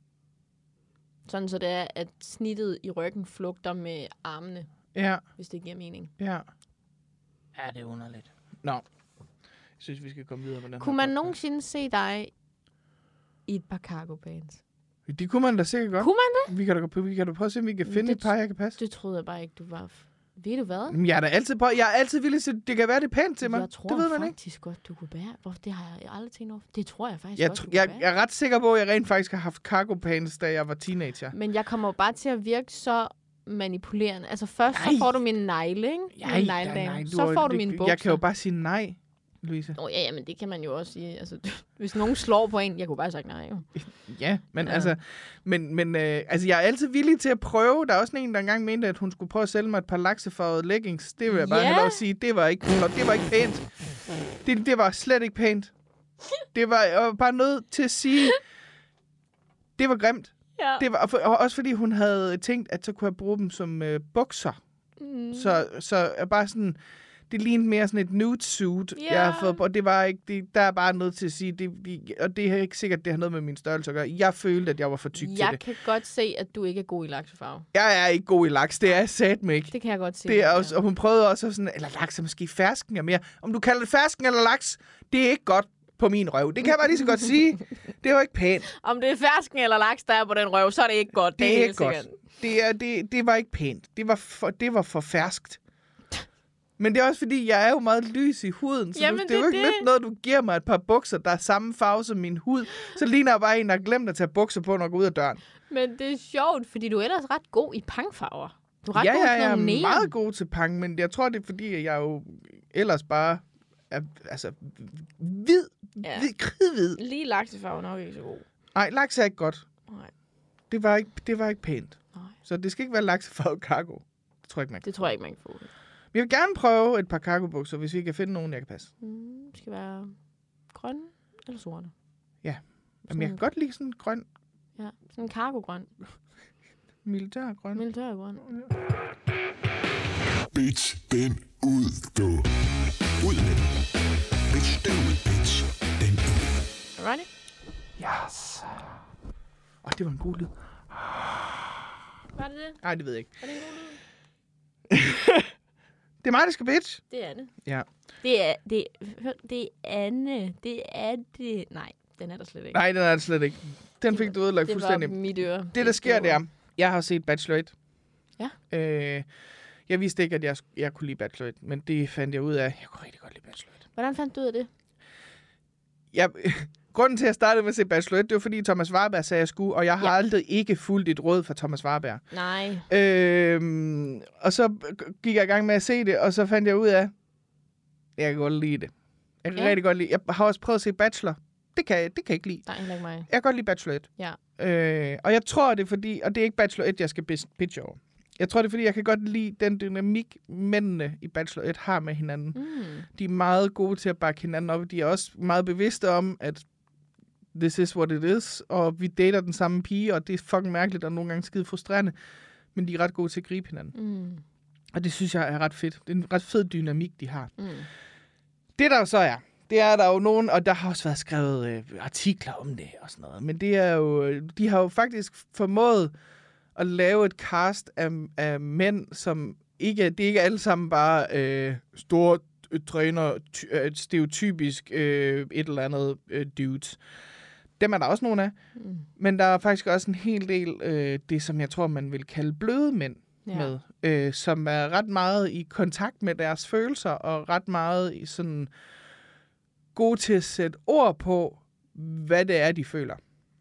Sådan så det er, at snittet i ryggen flugter med armene, Ja, hvis det giver mening. ja. Ja, det er underligt. Nå. Jeg synes, vi skal komme videre med den Kunne her man podcast. nogensinde se dig i et par cargo pants? Det kunne man da sikkert godt. Kunne man Vi kan da, vi kan da prøve at se, om vi kan Men finde det- et par, jeg kan passe. det? troede jeg bare ikke, du var... F- ved du hvad? Jamen, jeg er da altid på. Jeg er altid villig til, det kan være, det er pænt til mig. Jeg tror det ved man ikke. faktisk godt, du kunne bære. Hvorfor? Det har jeg aldrig tænkt over. Det tror jeg faktisk Jeg, godt, tr- du kunne jeg, bære. jeg er ret sikker på, at jeg rent faktisk har haft cargo pants, da jeg var teenager. Men jeg kommer jo bare til at virke så manipulerende. Altså først Nej. så får du min negle, ikke? Min negledame. Så har- får du det- mine bukser. Jeg kan jo bare sige nej, Louise. Åh, ja, ja, men det kan man jo også sige. Altså, hvis nogen slår på en, jeg kunne bare have sagt nej. Jo. Ja, men Ja. altså, men, men øh, altså, jeg er altid villig til at prøve. Der er også en, der engang mente, at hun skulle prøve at sælge mig et par laksefarvede leggings. Det vil jeg bare Ja. have lov at sige. Det var ikke, det var ikke pænt. Det, det var slet ikke pænt. Det var, jeg var bare nødt til at sige, det var grimt. Ja. Det var, og for, og også fordi hun havde tænkt, at så kunne jeg bruge dem som øh, bukser. Mm. Så, så er bare sådan, det lignede mere sådan et nude suit, Ja. jeg har fået på. Det var ikke, det, der er bare noget til at sige, det, det, og det er ikke sikkert, det har noget med min størrelse at gøre. Jeg følte, at jeg var for tyk til Jeg det. kan godt se, at du ikke er god i laksefarve. Jeg er ikke god i laks, det er jeg satme ikke. Det kan jeg godt se. Det er også, og hun prøvede også sådan, eller laks er måske fersken og mere. Om du kalder det fersken eller laks, det er ikke godt på min røv. Det kan jeg bare lige så godt sige. Det er jo ikke pænt. Om det er fersken eller laks, der er på den røv, så er det ikke godt. Det er helt ikke godt. sikkert. Det, er, det, det var ikke pænt. Det var for, det var for ferskt. Men det er også fordi, jeg er jo meget lys i huden, så Jamen, du, det er jo det er ikke det. lidt noget, du giver mig et par bukser, der er samme farve som min hud. Så ligner jeg bare en, der har glemt at tage bukser på, når jeg går ud af døren. Men det er sjovt, fordi du er ellers ret god i pangfarver. Du er ret Ja, god ja, til jeg er noget neon. meget god til pang, men jeg tror, det er fordi, at jeg jo ellers bare er altså, hvid, Ja. hvid, kridhvid. Lige laksefarve er nok ikke så god. Nej, laks er ikke godt. Nej, Det var ikke, det var ikke pænt. nej. Så det skal ikke være laksefarvet cargo. Det tror jeg ikke, man kan. Det tror jeg ikke, man kan få. Vi vil gerne prøve et par cargobukser, hvis vi kan finde nogen, jeg kan passe. Mm, det skal være grønne eller sorte. Jamen, jeg kan godt lide sådan en grøn, Ja, sådan en cargo-grøn. militærgrøn. Militærgrøn. Bitch, den ud, du. Ud med den. Bitch, den ud, bitch. Den ud. Ready? Yes. Åh, det var en god lyd. Var det det? Nej, det ved jeg ikke. Var det en god lyd? Det er mig, der skal bitch. Det er det. Ja. Det er, det, hør, det er Anne. Det er det. Nej, den er der slet ikke. Nej, den er det slet ikke. Den fik du ødelagt det fuldstændig. var mit øre. Det, der sker, det er, jeg har set Bachelorette. Ja. Øh, jeg vidste ikke, at jeg, jeg kunne lide Bachelorette, men det fandt jeg ud af. Jeg kunne rigtig godt lide Bachelorette. Hvordan fandt du ud af det? jeg, grunden til, at jeg startede med at se Bachelorette, det var fordi Thomas Warberg sagde, at jeg skulle, og jeg har ja. aldrig ikke fulgt et råd fra Thomas Warberg. Nej. Øhm, og så gik jeg i gang med at se det, og så fandt jeg ud af, jeg kan godt lide det. Jeg kan ja. rigtig godt lide. Jeg har også prøvet at se Bachelor. Det kan jeg, det kan jeg ikke lide. Nej, heller ikke mig. Jeg kan godt lide Bachelorette. Ja. Øh, og jeg tror, det er fordi, og det er ikke Bachelorette, jeg skal pitche over. Jeg tror, det er fordi, jeg kan godt lide den dynamik, mændene i Bachelorette har med hinanden. Mm. De er meget gode til at bakke hinanden op. De er også meget bevidste om, at this is what it is, og vi dater den samme pige, og det er fucking mærkeligt, og nogle gange skide frustrerende. Men de er ret gode til at gribe hinanden. Mm. Og det synes jeg er ret fedt. Det er en ret fed dynamik, de har. Mm. Det der så er, det er der jo nogen, og der har også været skrevet øh, artikler om det og sådan noget, men det er jo, de har jo faktisk formået at lave et cast af, af mænd, som ikke, det er ikke alle sammen bare øh, store øh, træner, ty, øh, stereotypisk øh, et eller andet øh, dudes. Dem er der også nogle af, mm. men der er faktisk også en hel del, øh, det som jeg tror, man vil kalde bløde mænd ja. med, øh, som er ret meget i kontakt med deres følelser, og ret meget i sådan gode til at sætte ord på, hvad det er, de føler.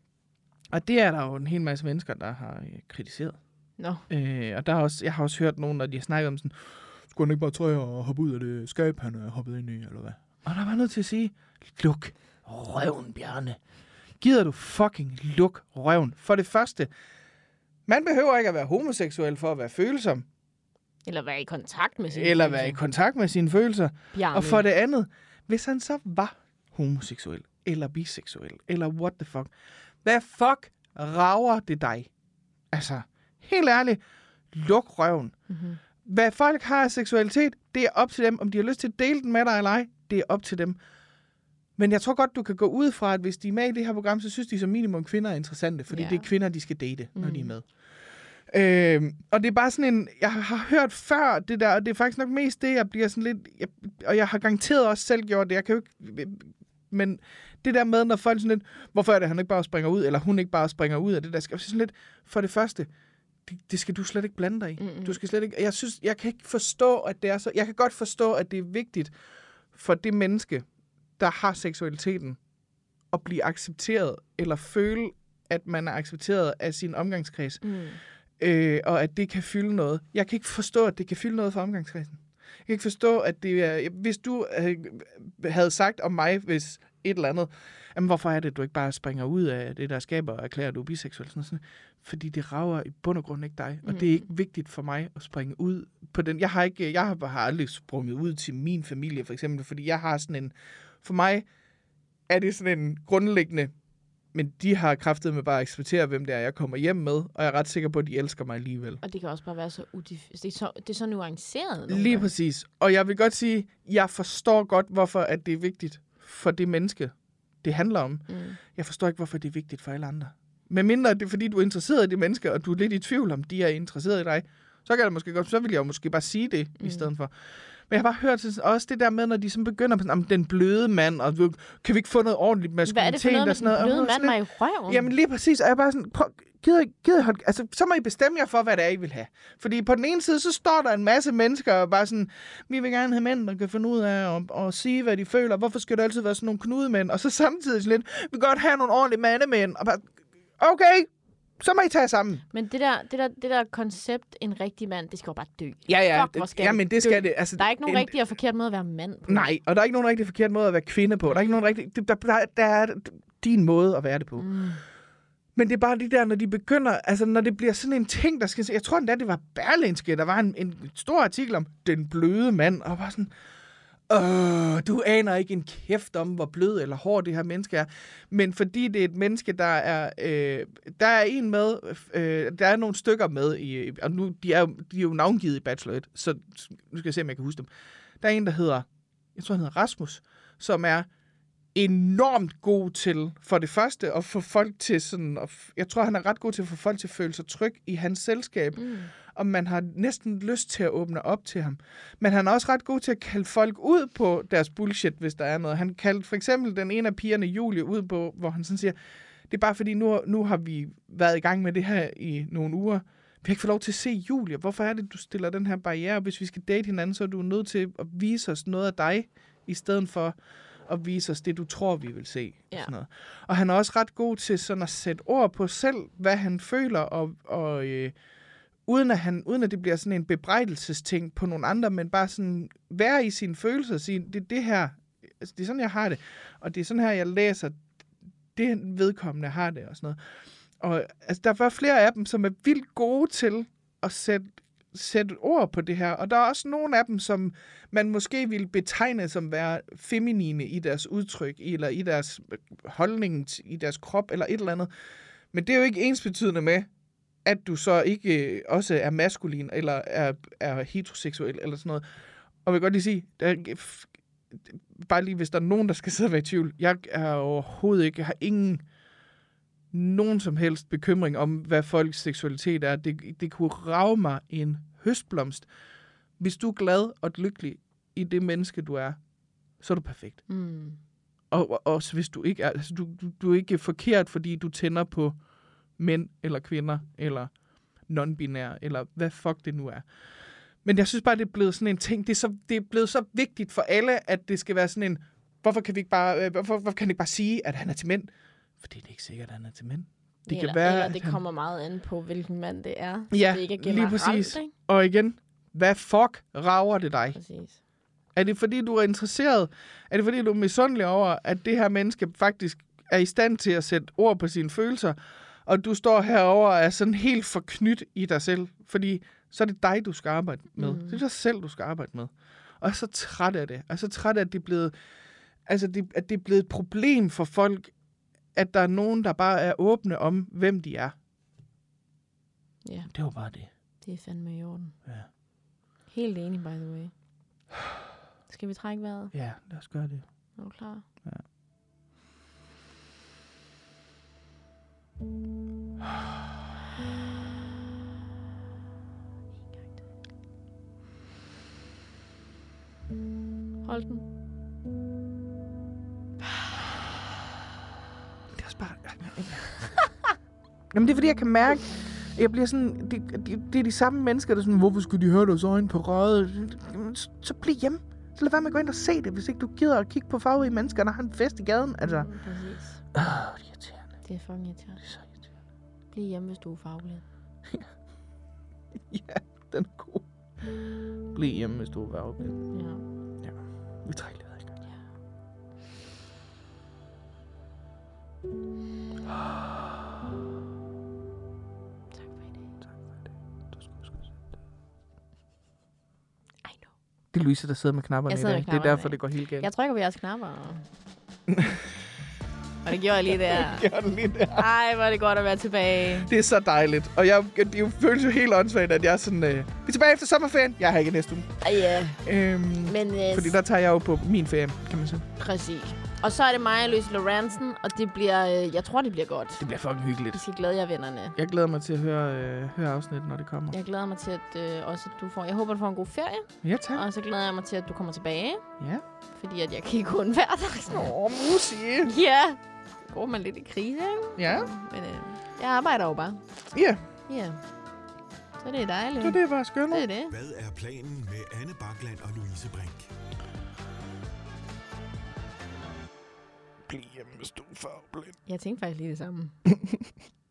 Og det er der jo en hel masse mennesker, der har øh, kritiseret. No. Øh, og der har også, jeg har også hørt nogen, når de har snakket om sådan, skulle han ikke bare træde og hoppe ud af det skab, han er hoppet ind i, eller hvad? Og der var nødt til at sige, luk røven, Bjarne. Gider du fucking luk røven? For det første, man behøver ikke at være homoseksuel for at være følsom. Eller være i kontakt med sine Eller følelser. være i kontakt med sine følelser. Bjarne. Og for det andet, hvis han så var homoseksuel, eller biseksuel, eller what the fuck, hvad fuck rager det dig? Altså, helt ærligt, luk røven. Mm-hmm. Hvad folk har af seksualitet, det er op til dem. Om de har lyst til at dele den med dig eller ej, det er op til dem. Men jeg tror godt, du kan gå ud fra, at hvis de er med i det her program, så synes de som minimum, kvinder er interessante, fordi yeah. det er kvinder, de skal date, når mm. de er med. Øh, og det er bare sådan en, jeg har hørt før det der, og det er faktisk nok mest det, jeg bliver sådan lidt, jeg, og jeg har garanteret også selv gjort det, jeg kan jo ikke, men det der med, når folk sådan lidt, hvorfor er det, han ikke bare springer ud, eller hun ikke bare springer ud af det der, skal sådan lidt, for det første, det, det skal du slet ikke blande dig i. Mm-hmm. Du skal slet ikke, jeg synes, jeg kan ikke forstå, at det er så, jeg kan godt forstå, at det er vigtigt for det menneske, der har seksualiteten, at blive accepteret, eller føle, at man er accepteret af sin omgangskreds. Mm. Øh, og at det kan fylde noget. Jeg kan ikke forstå, at det kan fylde noget for omgangskredsen. Jeg kan ikke forstå, at det er... Hvis du øh, havde sagt om mig, hvis et eller andet, jamen hvorfor er det, at du ikke bare springer ud af det, der skaber og erklærer, at du er biseksuel? Sådan sådan. Fordi det rager i bund og grund ikke dig. Og mm. det er ikke vigtigt for mig at springe ud på den. Jeg har, ikke, jeg har aldrig sprunget ud til min familie, for eksempel, fordi jeg har sådan en... For mig er det sådan en grundlæggende... Men de har kraftet med bare at acceptere, hvem det er, jeg kommer hjem med, og jeg er ret sikker på, at de elsker mig alligevel. Og det kan også bare være så udif- det, er så, det er så nuanceret. Lige gange. Præcis. Og jeg vil godt sige, jeg forstår godt, hvorfor at det er vigtigt for det menneske, det handler om. Mm. Jeg forstår ikke, hvorfor det er vigtigt for alle andre. Men mindre det er, fordi du er interesseret i det menneske, og du er lidt i tvivl om, de er interesseret i dig, så kan det måske godt, så vil jeg jo måske bare sige det mm. i stedet for. Men jeg har bare hørt også det der med, når de så begynder på sådan, den bløde mand, og kan vi ikke få noget ordentligt maskulinitet? Hvad er det for noget, med den bløde mand mig i røven? Jamen lige præcis, og jeg er bare sådan, prøv, gider, gider, altså, så må I bestemme jer for, hvad det er, I vil have. Fordi på den ene side, så står der en masse mennesker, og bare sådan, vi vil gerne have mænd, der kan finde ud af at, at sige, hvad de føler. Hvorfor skal det altid være sådan nogle knudemænd? Og så samtidig lidt, vi vil godt have nogle ordentlige mandemænd. Og bare, okay, så må I tage sammen. Men det der, det der, det der koncept, en rigtig mand, det skal jo bare dø. Ja, ja. Fuck, det, ja, men det skal det. Altså, der er ikke nogen en, rigtig og forkert måde at være mand på. Nej, og der er ikke nogen rigtig forkert måde at være kvinde på. Der er ikke nogen rigtig... Der, der, der er din måde at være det på. Mm. Men det er bare de der, når de begynder... Altså, når det bliver sådan en ting, der skal... Jeg tror endda, det var Berlingske. Der var en, en stor artikel om den bløde mand, og bare sådan... Åh, du aner ikke en kæft om, hvor blød eller hård det her menneske er. Men fordi det er et menneske, der er... Øh, der er en med... Øh, der er nogle stykker med i... Og nu, de er jo, de er jo navngivet i Bachelorette, så nu skal jeg se, om jeg kan huske dem. Der er en, der hedder... Jeg tror, han hedder Rasmus, som er enormt god til, for det første, at få folk til sådan... Og jeg tror, han er ret god til at få folk til at føle sig tryg i hans selskab. Mm. Og man har næsten lyst til at åbne op til ham. Men han er også ret god til at kalde folk ud på deres bullshit, hvis der er noget. Han kaldte for eksempel den ene af pigerne, Julie, ud på, hvor han sådan siger, det er bare fordi, nu, nu har vi været i gang med det her i nogle uger. Vi har ikke fået lov til at se Julie. Hvorfor er det, du stiller den her barriere? Hvis vi skal date hinanden, så er du nødt til at vise os noget af dig, i stedet for og vise os det, du tror, vi vil se. Ja. Og, sådan noget. Og han er også ret god til sådan at sætte ord på selv, hvad han føler, og, og øh, uden, at han, uden at det bliver sådan en bebrejdelsesting på nogle andre, men bare sådan være i sine følelser og sige, det er det her, altså, det er sådan, jeg har det, og det er sådan her, jeg læser, det vedkommende har det, og sådan noget. Og altså, der var flere af dem, som er vildt gode til at sætte, sætte ord på det her. Og der er også nogle af dem, som man måske ville betegne som være feminine i deres udtryk, eller i deres holdning, i deres krop, eller et eller andet. Men det er jo ikke ensbetydende med, at du så ikke også er maskulin, eller er, er heteroseksuel, eller sådan noget. Og jeg vil godt lige sige, der er, bare lige hvis der er nogen, der skal sidde og være i tvivl, jeg er overhovedet ikke, jeg har ingen nogen som helst bekymring om, hvad folks seksualitet er. Det, det kunne rage mig en høstblomst. Hvis du er glad og lykkelig i det menneske, du er, så er du perfekt. Mm. Og, og også hvis du ikke er, altså du, du, du er ikke forkert, fordi du tænder på mænd eller kvinder, eller non-binær, eller hvad fuck det nu er. Men jeg synes bare, det er blevet sådan en ting, det er, så, det er blevet så vigtigt for alle, at det skal være sådan en, hvorfor kan vi ikke bare, hvorfor, hvorfor kan vi ikke bare sige, at han er til mænd? Fordi det er ikke sikkert, at han er til mænd. Det eller, kan være, eller at det han... kommer meget an på, hvilken mand det er. Så Ja, det ikke er lige præcis. Ikke? Og igen, hvad fuck rager det dig? Præcis. Er det fordi, du er interesseret? Er det fordi, du er misundelig over, at det her menneske faktisk er i stand til at sætte ord på sine følelser, og du står herover og er sådan helt forknyt i dig selv? Fordi så er det dig, du skal arbejde med. Mm. Det er dig selv, du skal arbejde med. Og jeg er så træt af det. Jeg er så træt af, at det er blevet, altså det, at det er blevet et problem for folk, at der er nogen, der bare er åbne om, hvem de er. Ja. Det var bare det. Det er fandme i orden. Ja. Helt enig, by the way. Skal vi trække vejret? Ja, lad os gøre det. Er du klar? Ja. Hold den. Det er også bare... Jamen, det er fordi, jeg kan mærke, at jeg bliver sådan... Det, det, det er de samme mennesker, der er sådan, hvorfor skulle de høre deres øjne på røget? Så, så bliv hjemme. Så lad være med at gå ind og se det, hvis ikke du gider at kigge på farverige mennesker, der har en fest i gaden. Altså... Mm, præcis. Åh, oh, det er irriterende. Det er fucking irriterende. Det er så irriterende. Bliv hjemme, hvis du er fagblind. Ja, den er god. Bliv hjemme, hvis du er farveblind. Ja. Ja, vi trækker lidt af. Ja. Tak for i dag. Tak for det. Du skal huske at sætte det. I know. Det er Louise, der sidder med knapperne Jeg i sidder dag. med Det er knapperne derfor, i dag. det går helt galt. Jeg trykker på jeres knapper. Og det gjorde jeg lige der. Gør den lige der. Ej, hvor er det godt at være tilbage. Det er så dejligt. Og jeg, det jo føles jo helt åndssvagt, at jeg er sådan... Øh, vi er tilbage efter sommerferien. Jeg har ikke næste uge. Ej, ja. Øhm, Men, øh, fordi der tager jeg jo på min ferie, kan man sige. præcis. Og så er det mig og Louise Lorentzen, og det bliver... Øh, jeg tror, det bliver godt. Det bliver fucking hyggeligt. I skal glæde jer, vennerne. Jeg glæder mig til at høre, øh, høre afsnittet, når det kommer. Jeg glæder mig til, at øh, også at du får... Jeg håber, du får en god ferie. Ja, tak. Og så glæder jeg mig til, at du kommer tilbage. Ja. Fordi at jeg kan ikke undvære dig. Åh, musi. Ja. Går man lidt i krise, ikke? Ja. Men øh, jeg arbejder jo bare. Ja. Ja. Så det er dejligt. Så det var skønt. Det er det. Hvad er planen med Anne Bakland og Louise Brink? Bliv hjemme, hvis du er farveblind. Jeg tænkte faktisk lige det samme.